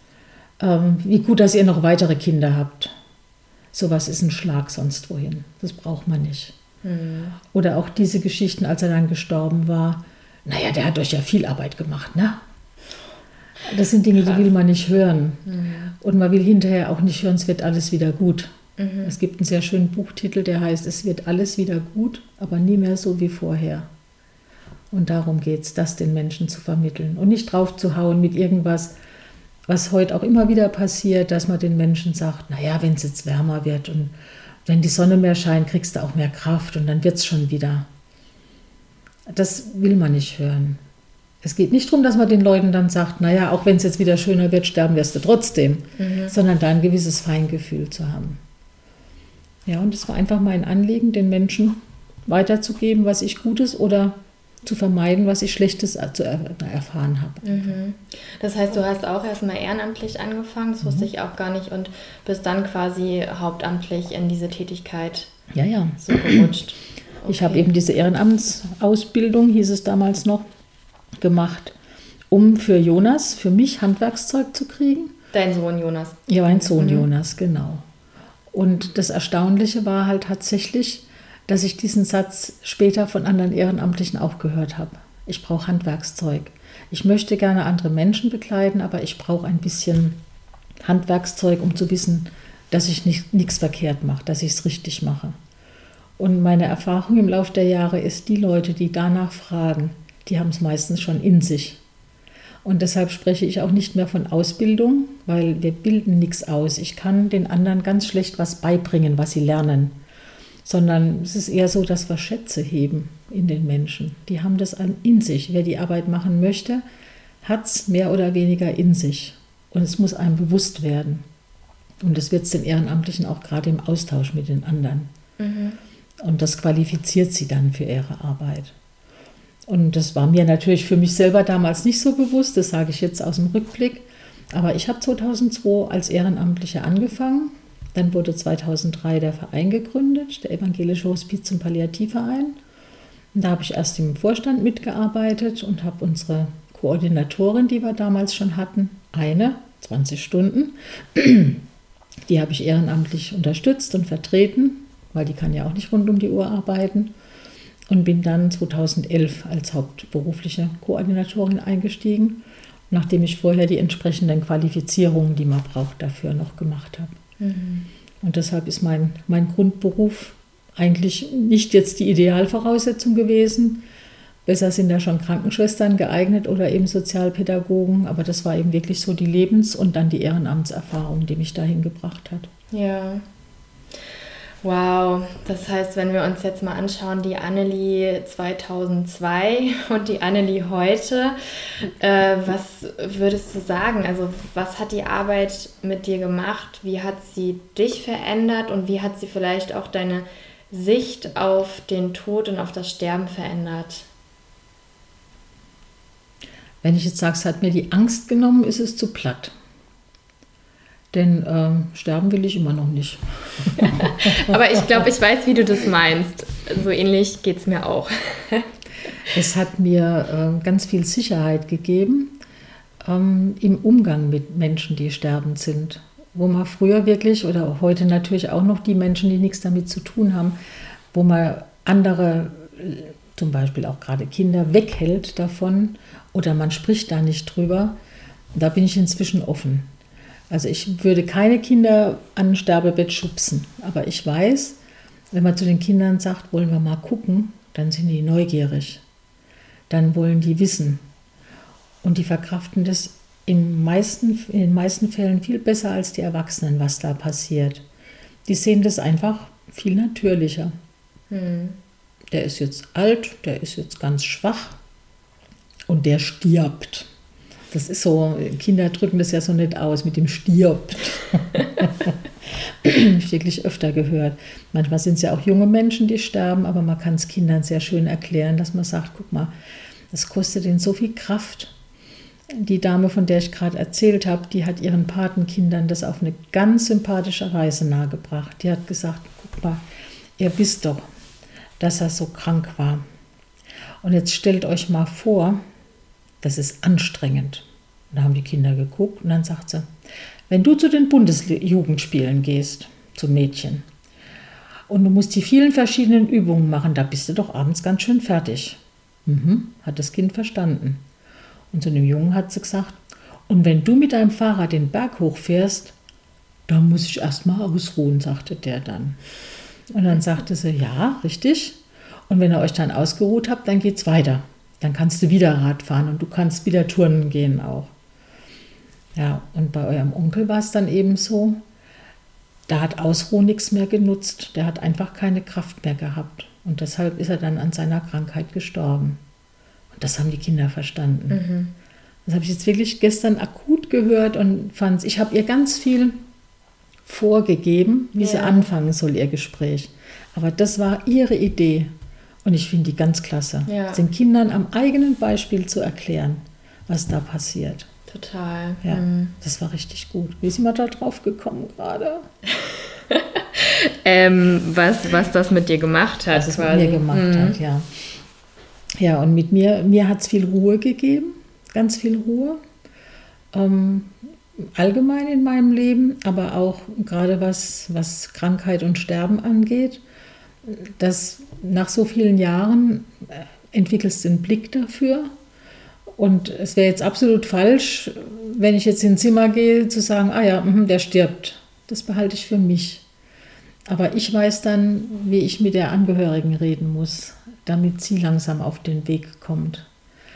wie gut, dass ihr noch weitere Kinder habt. Sowas ist ein Schlag sonst wohin. Das braucht man nicht. Oder auch diese Geschichten, als er dann gestorben war, naja, der hat euch ja viel Arbeit gemacht, ne? Das sind Dinge, die will man nicht hören. Und man will hinterher auch nicht hören, es wird alles wieder gut. Es gibt einen sehr schönen Buchtitel, der heißt, es wird alles wieder gut, aber nie mehr so wie vorher. Und darum geht es, das den Menschen zu vermitteln und nicht drauf zu hauen mit irgendwas, was heute auch immer wieder passiert, dass man den Menschen sagt, naja, wenn es jetzt wärmer wird und wenn die Sonne mehr scheint, kriegst du auch mehr Kraft und dann wird es schon wieder. Das will man nicht hören. Es geht nicht darum, dass man den Leuten dann sagt, naja, auch wenn es jetzt wieder schöner wird, sterben wirst du trotzdem, sondern da ein gewisses Feingefühl zu haben. Ja, und es war einfach mein Anliegen, den Menschen weiterzugeben, was ich Gutes oder zu vermeiden, was ich Schlechtes erfahren habe. Das heißt, du hast auch erstmal ehrenamtlich angefangen, das wusste ich auch gar nicht, und bist dann quasi hauptamtlich in diese Tätigkeit so gerutscht. Okay. Ich habe eben diese Ehrenamtsausbildung, hieß es damals noch, gemacht, um für Jonas, für mich Handwerkszeug zu kriegen. Dein Sohn Jonas? Ja, mein Sohn Jonas, genau. Und das Erstaunliche war halt tatsächlich, dass ich diesen Satz später von anderen Ehrenamtlichen auch gehört habe. Ich brauche Handwerkszeug. Ich möchte gerne andere Menschen begleiten, aber ich brauche ein bisschen Handwerkszeug, um zu wissen, dass ich nichts verkehrt mache, dass ich es richtig mache. Und meine Erfahrung im Laufe der Jahre ist, die Leute, die danach fragen, die haben es meistens schon in sich. Und deshalb spreche ich auch nicht mehr von Ausbildung, weil wir bilden nichts aus. Ich kann den anderen ganz schlecht was beibringen, was sie lernen. Sondern es ist eher so, dass wir Schätze heben in den Menschen. Die haben das in sich. Wer die Arbeit machen möchte, hat es mehr oder weniger in sich. Und es muss einem bewusst werden. Und das wird es den Ehrenamtlichen auch gerade im Austausch mit den anderen. Und das qualifiziert sie dann für ihre Arbeit. Und das war mir natürlich für mich selber damals nicht so bewusst, das sage ich jetzt aus dem Rückblick. Aber ich habe 2002 als Ehrenamtliche angefangen. Dann wurde 2003 der Verein gegründet, der Evangelische Hospiz- und Palliativverein. Und da habe ich erst im Vorstand mitgearbeitet und habe unsere Koordinatorin, die wir damals schon hatten, 20 Stunden, die habe ich ehrenamtlich unterstützt und vertreten, weil die kann ja auch nicht rund um die Uhr arbeiten. Und bin dann 2011 als hauptberufliche Koordinatorin eingestiegen, nachdem ich vorher die entsprechenden Qualifizierungen, die man braucht, dafür noch gemacht habe. Und deshalb ist mein Grundberuf eigentlich nicht jetzt die Idealvoraussetzung gewesen. Besser sind da schon Krankenschwestern geeignet oder eben Sozialpädagogen, aber das war eben wirklich so die Lebens- und dann die Ehrenamtserfahrung, die mich dahin gebracht hat. Ja. Wow, das heißt, wenn wir uns jetzt mal anschauen, die Annelie 2002 und die Annelie heute, was würdest du sagen? Also was hat die Arbeit mit dir gemacht? Wie hat sie dich verändert und wie hat sie vielleicht auch deine Sicht auf den Tod und auf das Sterben verändert? Wenn ich jetzt sage, es hat mir die Angst genommen, ist es zu platt. Denn sterben will ich immer noch nicht. Aber ich glaube, ich weiß, wie du das meinst. So ähnlich geht es mir auch. Es hat mir ganz viel Sicherheit gegeben im Umgang mit Menschen, die sterbend sind. Wo man früher wirklich, oder heute natürlich auch noch die Menschen, die nichts damit zu tun haben, wo man andere, zum Beispiel auch gerade Kinder, weghält davon oder man spricht da nicht drüber. Da bin ich inzwischen offen. Also ich würde keine Kinder an ein Sterbebett schubsen, aber ich weiß, wenn man zu den Kindern sagt, wollen wir mal gucken, dann sind die neugierig. Dann wollen die wissen. Und die verkraften das in den meisten Fällen viel besser als die Erwachsenen, was da passiert. Die sehen das einfach viel natürlicher. Der ist jetzt alt, der ist jetzt ganz schwach und der stirbt. Das ist so, Kinder drücken das ja so nicht aus, mit dem stirbt. Habe ich wirklich öfter gehört. Manchmal sind es ja auch junge Menschen, die sterben, aber man kann es Kindern sehr schön erklären, dass man sagt, guck mal, das kostet ihnen so viel Kraft. Die Dame, von der ich gerade erzählt habe, die hat ihren Patenkindern das auf eine ganz sympathische Weise nahegebracht. Die hat gesagt, guck mal, ihr wisst doch, dass er so krank war. Und jetzt stellt euch mal vor, das ist anstrengend. Und da haben die Kinder geguckt und dann sagt sie, wenn du zu den Bundesjugendspielen gehst, zum Mädchen, und du musst die vielen verschiedenen Übungen machen, da bist du doch abends ganz schön fertig. Hat das Kind verstanden. Und zu dem Jungen hat sie gesagt, und wenn du mit deinem Fahrrad den Berg hochfährst, dann muss ich erst mal ausruhen, sagte der dann. Und dann sagte sie, ja, richtig. Und wenn ihr euch dann ausgeruht habt, dann geht's weiter. Dann kannst du wieder Rad fahren und du kannst wieder turnen gehen auch. Ja, und bei eurem Onkel war es dann eben so, da hat Ausruhen nichts mehr genutzt. Der hat einfach keine Kraft mehr gehabt. Und deshalb ist er dann an seiner Krankheit gestorben. Und das haben die Kinder verstanden. Das habe ich jetzt wirklich gestern akut gehört und ich habe ihr ganz viel vorgegeben, wie sie anfangen soll, ihr Gespräch. Aber das war ihre Idee. Und ich finde die ganz klasse. Ja. Den Kindern am eigenen Beispiel zu erklären, was da passiert. Total. Ja, das war richtig gut. Wie sind wir da drauf gekommen gerade? Was das mit dir gemacht hat. Was es mit mir gemacht hat, ja. Ja, und mit mir hat es viel Ruhe gegeben, ganz viel Ruhe. Allgemein in meinem Leben, aber auch gerade was Krankheit und Sterben angeht, dass nach so vielen Jahren entwickelst du einen Blick dafür. Und es wäre jetzt absolut falsch, wenn ich jetzt ins Zimmer gehe, zu sagen, der stirbt. Das behalte ich für mich. Aber ich weiß dann, wie ich mit der Angehörigen reden muss, damit sie langsam auf den Weg kommt.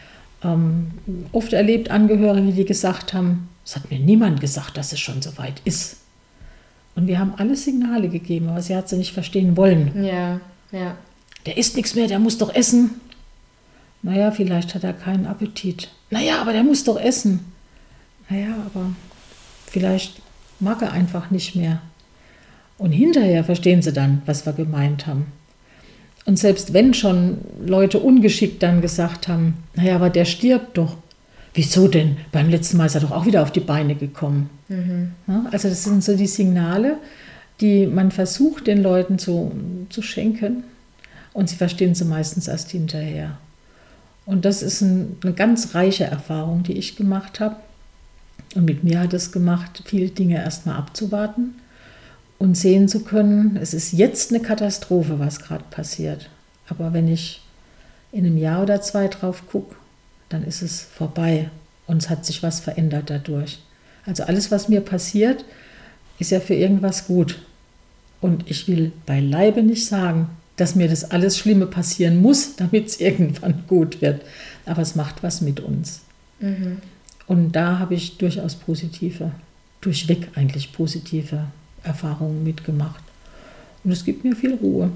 Oft erlebt Angehörige, die gesagt haben, es hat mir niemand gesagt, dass es schon so weit ist. Und wir haben alle Signale gegeben, aber sie hat sie nicht verstehen wollen. Ja. Der isst nichts mehr, der muss doch essen. Naja, vielleicht hat er keinen Appetit. Naja, aber der muss doch essen. Naja, aber vielleicht mag er einfach nicht mehr. Und hinterher verstehen sie dann, was wir gemeint haben. Und selbst wenn schon Leute ungeschickt dann gesagt haben, naja, aber der stirbt doch. Wieso denn? Beim letzten Mal ist er doch auch wieder auf die Beine gekommen. Ja, also das sind so die Signale, die man versucht, den Leuten zu schenken. Und sie verstehen sie meistens erst hinterher. Und das ist eine ganz reiche Erfahrung, die ich gemacht habe. Und mit mir hat es gemacht, viele Dinge erstmal abzuwarten und sehen zu können, es ist jetzt eine Katastrophe, was gerade passiert. Aber wenn ich in einem Jahr oder 2 drauf gucke, dann ist es vorbei und es hat sich was verändert dadurch. Also alles, was mir passiert, ist ja für irgendwas gut. Und ich will beileibe nicht sagen, dass mir das alles Schlimme passieren muss, damit es irgendwann gut wird. Aber es macht was mit uns. Und da habe ich durchaus durchweg eigentlich positive Erfahrungen mitgemacht. Und es gibt mir viel Ruhe.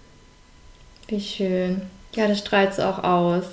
Wie schön. Ja, das strahlt es auch aus.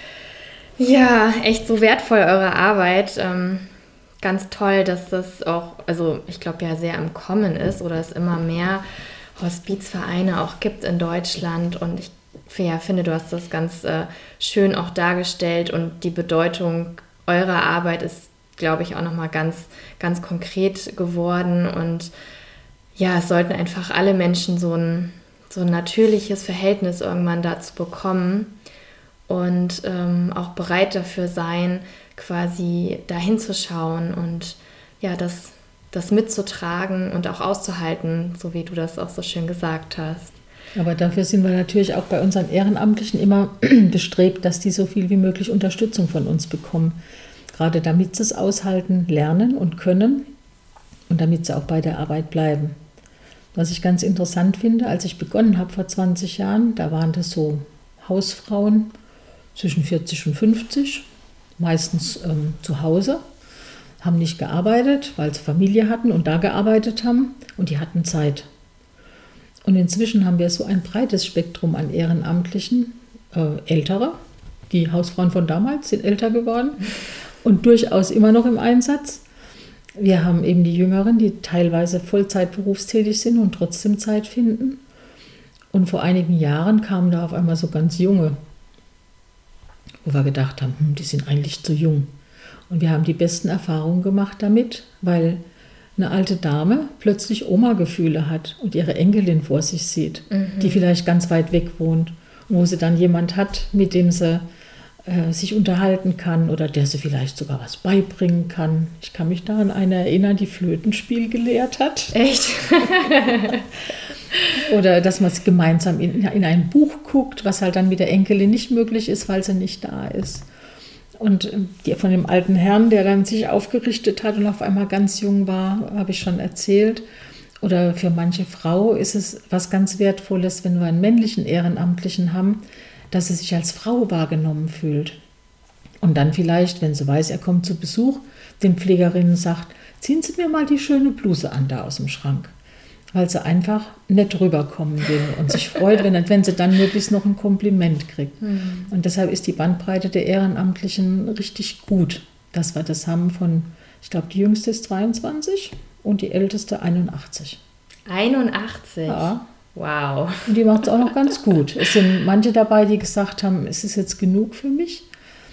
Ja, echt so wertvoll eure Arbeit. Ganz toll, dass das auch, also ich glaube ja sehr am Kommen ist oder es immer mehr Hospizvereine auch gibt in Deutschland. Und ich finde, du hast das ganz schön auch dargestellt und die Bedeutung eurer Arbeit ist, glaube ich, auch nochmal ganz, ganz konkret geworden. Und ja, es sollten einfach alle Menschen so ein natürliches Verhältnis irgendwann dazu bekommen und auch bereit dafür sein, quasi dahin zu schauen und ja, das mitzutragen und auch auszuhalten, so wie du das auch so schön gesagt hast. Aber dafür sind wir natürlich auch bei unseren Ehrenamtlichen immer bestrebt, dass die so viel wie möglich Unterstützung von uns bekommen. Gerade damit sie es aushalten, lernen und können und damit sie auch bei der Arbeit bleiben. Was ich ganz interessant finde, als ich begonnen habe vor 20 Jahren, da waren das so Hausfrauen zwischen 40 und 50, meistens zu Hause, haben nicht gearbeitet, weil sie Familie hatten und da gearbeitet haben und die hatten Zeit. Und inzwischen haben wir so ein breites Spektrum an Ehrenamtlichen, Ältere, die Hausfrauen von damals sind älter geworden und durchaus immer noch im Einsatz. Wir haben eben die Jüngeren, die teilweise Vollzeit berufstätig sind und trotzdem Zeit finden. Und vor einigen Jahren kamen da auf einmal so ganz junge, wo wir gedacht haben, die sind eigentlich zu jung. Und wir haben die besten Erfahrungen gemacht damit, weil eine alte Dame plötzlich Oma-Gefühle hat und ihre Enkelin vor sich sieht, die vielleicht ganz weit weg wohnt. Und wo sie dann jemand hat, mit dem sie sich unterhalten kann oder der sie vielleicht sogar was beibringen kann. Ich kann mich da an eine erinnern, die Flötenspiel gelehrt hat. Echt? Oder dass man gemeinsam in ein Buch guckt, was halt dann mit der Enkelin nicht möglich ist, weil sie nicht da ist. Und von dem alten Herrn, der dann sich aufgerichtet hat und auf einmal ganz jung war, habe ich schon erzählt. Oder für manche Frau ist es was ganz Wertvolles, wenn wir einen männlichen Ehrenamtlichen haben, dass sie sich als Frau wahrgenommen fühlt. Und dann vielleicht, wenn sie weiß, er kommt zu Besuch, den Pflegerinnen sagt, ziehen Sie mir mal die schöne Bluse an da aus dem Schrank. weil sie einfach nicht rüberkommen will und sich freut, wenn sie dann möglichst noch ein Kompliment kriegt. Und deshalb ist die Bandbreite der Ehrenamtlichen richtig gut, dass wir das haben von, ich glaube, die jüngste ist 22 und die älteste 81. 81? Ja. Wow. Und die macht es auch noch ganz gut. Es sind manche dabei, die gesagt haben, es ist jetzt genug für mich.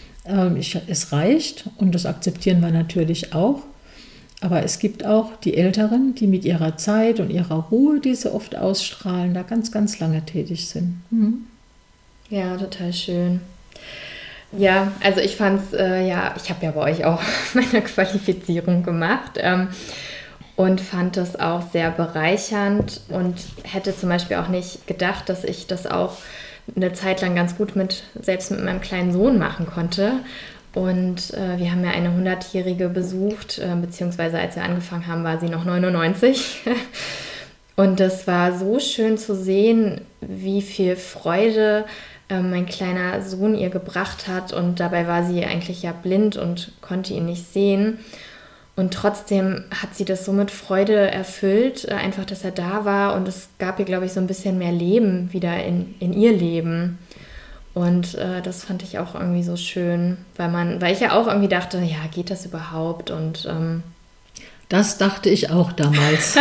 Es reicht und das akzeptieren wir natürlich auch. Aber es gibt auch die Älteren, die mit ihrer Zeit und ihrer Ruhe, die sie oft ausstrahlen, da ganz, ganz lange tätig sind. Ja, total schön. Ja, also ich fand es, ich habe ja bei euch auch meine Qualifizierung gemacht und fand das auch sehr bereichernd und hätte zum Beispiel auch nicht gedacht, dass ich das auch eine Zeit lang ganz gut selbst mit meinem kleinen Sohn machen konnte. Und wir haben ja eine 100-Jährige besucht, beziehungsweise als wir angefangen haben, war sie noch 99. Und das war so schön zu sehen, wie viel Freude mein kleiner Sohn ihr gebracht hat. Und dabei war sie eigentlich ja blind und konnte ihn nicht sehen. Und trotzdem hat sie das so mit Freude erfüllt, einfach, dass er da war. Und es gab ihr, glaube ich, so ein bisschen mehr Leben wieder in ihr Leben. Und das fand ich auch irgendwie so schön, weil ich ja auch irgendwie dachte, ja, geht das überhaupt? Und das dachte ich auch damals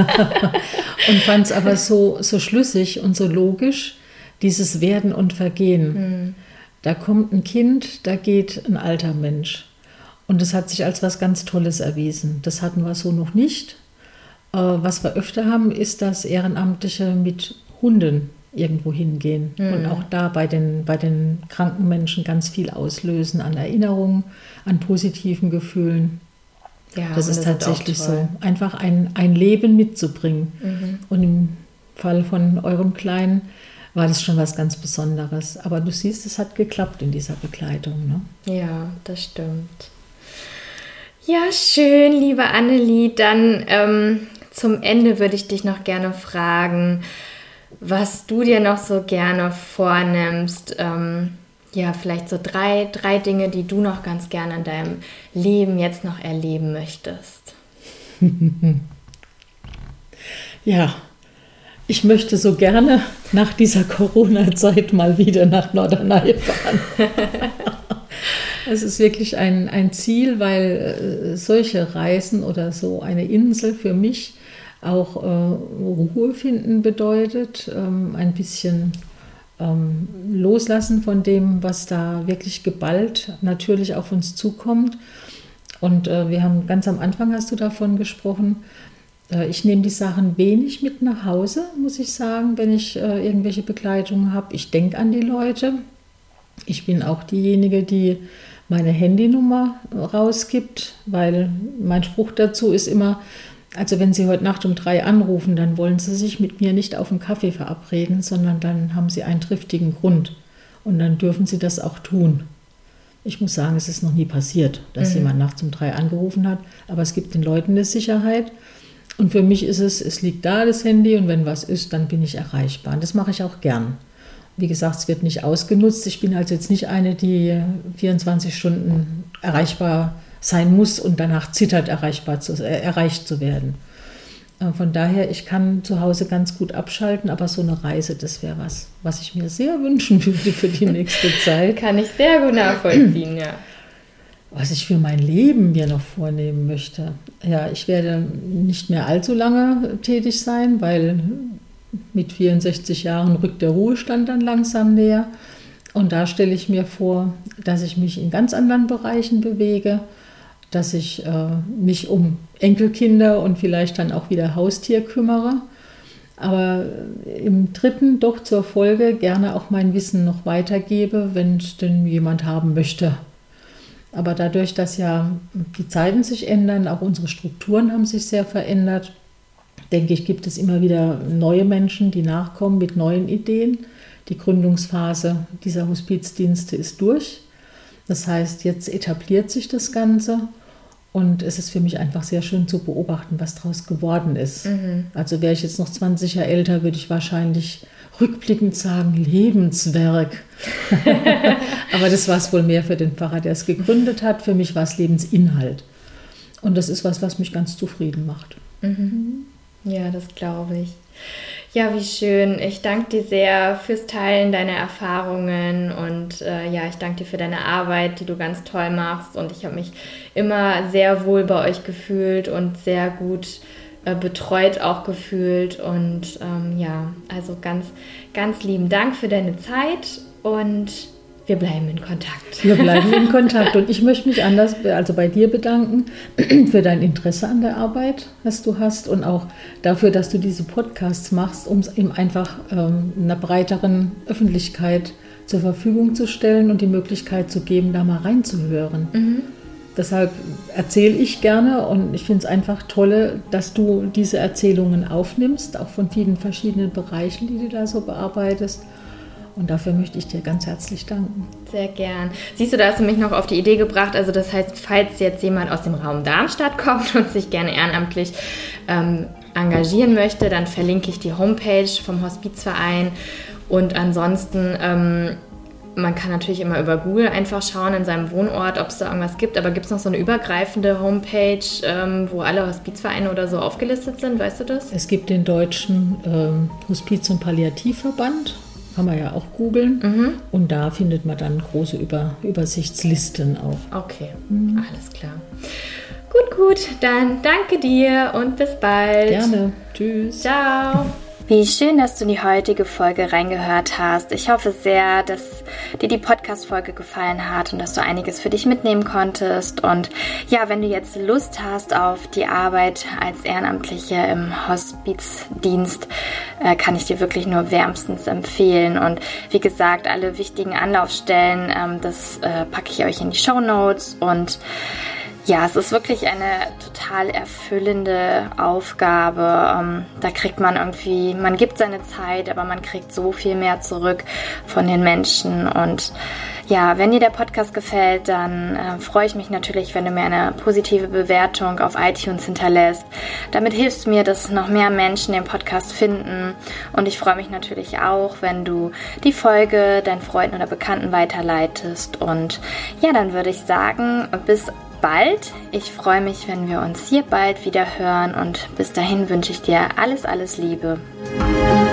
und fand es aber so schlüssig und so logisch, dieses Werden und Vergehen. Da kommt ein Kind, da geht ein alter Mensch. Und das hat sich als was ganz Tolles erwiesen. Das hatten wir so noch nicht. Was wir öfter haben, ist, dass Ehrenamtliche mit Hunden irgendwo hingehen und auch da bei den kranken Menschen ganz viel auslösen an Erinnerungen, an positiven Gefühlen. Ja, das ist tatsächlich so. Einfach ein Leben mitzubringen. Und im Fall von eurem Kleinen war das schon was ganz Besonderes. Aber du siehst, es hat geklappt in dieser Begleitung. Ne? Ja, das stimmt. Ja, schön, liebe Annelie. Dann zum Ende würde ich dich noch gerne fragen, was du dir noch so gerne vornimmst. Vielleicht so drei Dinge, die du noch ganz gerne in deinem Leben jetzt noch erleben möchtest. Ja, ich möchte so gerne nach dieser Corona-Zeit mal wieder nach Norderney fahren. Es ist wirklich ein Ziel, weil solche Reisen oder so eine Insel für mich auch Ruhe finden bedeutet, ein bisschen loslassen von dem, was da wirklich geballt natürlich auf uns zukommt. Und wir haben ganz am Anfang, hast du davon gesprochen, ich nehme die Sachen wenig mit nach Hause, muss ich sagen, wenn ich irgendwelche Begleitungen habe. Ich denke an die Leute. Ich bin auch diejenige, die meine Handynummer rausgibt, weil mein Spruch dazu ist immer, also wenn Sie heute Nacht um 3 anrufen, dann wollen Sie sich mit mir nicht auf einen Kaffee verabreden, sondern dann haben Sie einen triftigen Grund und dann dürfen Sie das auch tun. Ich muss sagen, es ist noch nie passiert, dass jemand nachts um 3 angerufen hat, aber es gibt den Leuten eine Sicherheit und für mich ist es liegt da das Handy und wenn was ist, dann bin ich erreichbar und das mache ich auch gern. Wie gesagt, es wird nicht ausgenutzt. Ich bin also jetzt nicht eine, die 24 Stunden erreichbar sein muss und danach zittert, erreicht zu werden. Von daher, ich kann zu Hause ganz gut abschalten, aber so eine Reise, das wäre was ich mir sehr wünschen würde für die nächste Zeit. Kann ich sehr gut nachvollziehen, ja. Was ich für mein Leben mir noch vornehmen möchte. Ja, ich werde nicht mehr allzu lange tätig sein, weil mit 64 Jahren rückt der Ruhestand dann langsam näher. Und da stelle ich mir vor, dass ich mich in ganz anderen Bereichen bewege, dass ich mich um Enkelkinder und vielleicht dann auch wieder Haustier kümmere. Aber im dritten doch zur Folge gerne auch mein Wissen noch weitergebe, wenn es denn jemand haben möchte. Aber dadurch, dass ja die Zeiten sich ändern, auch unsere Strukturen haben sich sehr verändert, denke ich, gibt es immer wieder neue Menschen, die nachkommen mit neuen Ideen. Die Gründungsphase dieser Hospizdienste ist durch. Das heißt, jetzt etabliert sich das Ganze und es ist für mich einfach sehr schön zu beobachten, was daraus geworden ist. Also wäre ich jetzt noch 20 Jahre älter, würde ich wahrscheinlich rückblickend sagen, Lebenswerk. Aber das war es wohl mehr für den Pfarrer, der es gegründet hat. Für mich war es Lebensinhalt. Und das ist was mich ganz zufrieden macht. Ja, das glaube ich. Ja, wie schön. Ich danke dir sehr fürs Teilen deiner Erfahrungen und ich danke dir für deine Arbeit, die du ganz toll machst. Und ich habe mich immer sehr wohl bei euch gefühlt und sehr gut betreut auch gefühlt. Und also ganz, ganz lieben Dank für deine Zeit und wir bleiben in Kontakt. Wir bleiben in Kontakt und ich möchte mich bei dir bedanken für dein Interesse an der Arbeit, was du hast und auch dafür, dass du diese Podcasts machst, um es eben einfach einer breiteren Öffentlichkeit zur Verfügung zu stellen und die Möglichkeit zu geben, da mal reinzuhören. Mhm. Deshalb erzähle ich gerne und ich finde es einfach toll, dass du diese Erzählungen aufnimmst, auch von vielen verschiedenen Bereichen, die du da so bearbeitest. Und dafür möchte ich dir ganz herzlich danken. Sehr gern. Siehst du, da hast du mich noch auf die Idee gebracht. Also das heißt, falls jetzt jemand aus dem Raum Darmstadt kommt und sich gerne ehrenamtlich engagieren möchte, dann verlinke ich die Homepage vom Hospizverein. Und ansonsten, man kann natürlich immer über Google einfach schauen in seinem Wohnort, ob es da irgendwas gibt. Aber gibt es noch so eine übergreifende Homepage, wo alle Hospizvereine oder so aufgelistet sind? Weißt du das? Es gibt den Deutschen Hospiz- und Palliativverband. Kann man ja auch googeln. Mhm. Und da findet man dann große Übersichtslisten auch. Okay, alles klar. Gut, dann danke dir und bis bald. Gerne. Tschüss. Ciao. Wie schön, dass du in die heutige Folge reingehört hast. Ich hoffe sehr, dass dir die Podcast-Folge gefallen hat und dass du einiges für dich mitnehmen konntest. Und ja, wenn du jetzt Lust hast auf die Arbeit als Ehrenamtliche im Hospizdienst, kann ich dir wirklich nur wärmstens empfehlen. Und wie gesagt, alle wichtigen Anlaufstellen, das packe ich euch in die Shownotes. Und ja, es ist wirklich eine total erfüllende Aufgabe. Da kriegt man irgendwie, man gibt seine Zeit, aber man kriegt so viel mehr zurück von den Menschen. Und ja, wenn dir der Podcast gefällt, dann freue ich mich natürlich, wenn du mir eine positive Bewertung auf iTunes hinterlässt. Damit hilfst du mir, dass noch mehr Menschen den Podcast finden. Und ich freue mich natürlich auch, wenn du die Folge deinen Freunden oder Bekannten weiterleitest. Und ja, dann würde ich sagen, bis bald. Ich freue mich, wenn wir uns hier bald wieder hören und bis dahin wünsche ich dir alles, alles Liebe.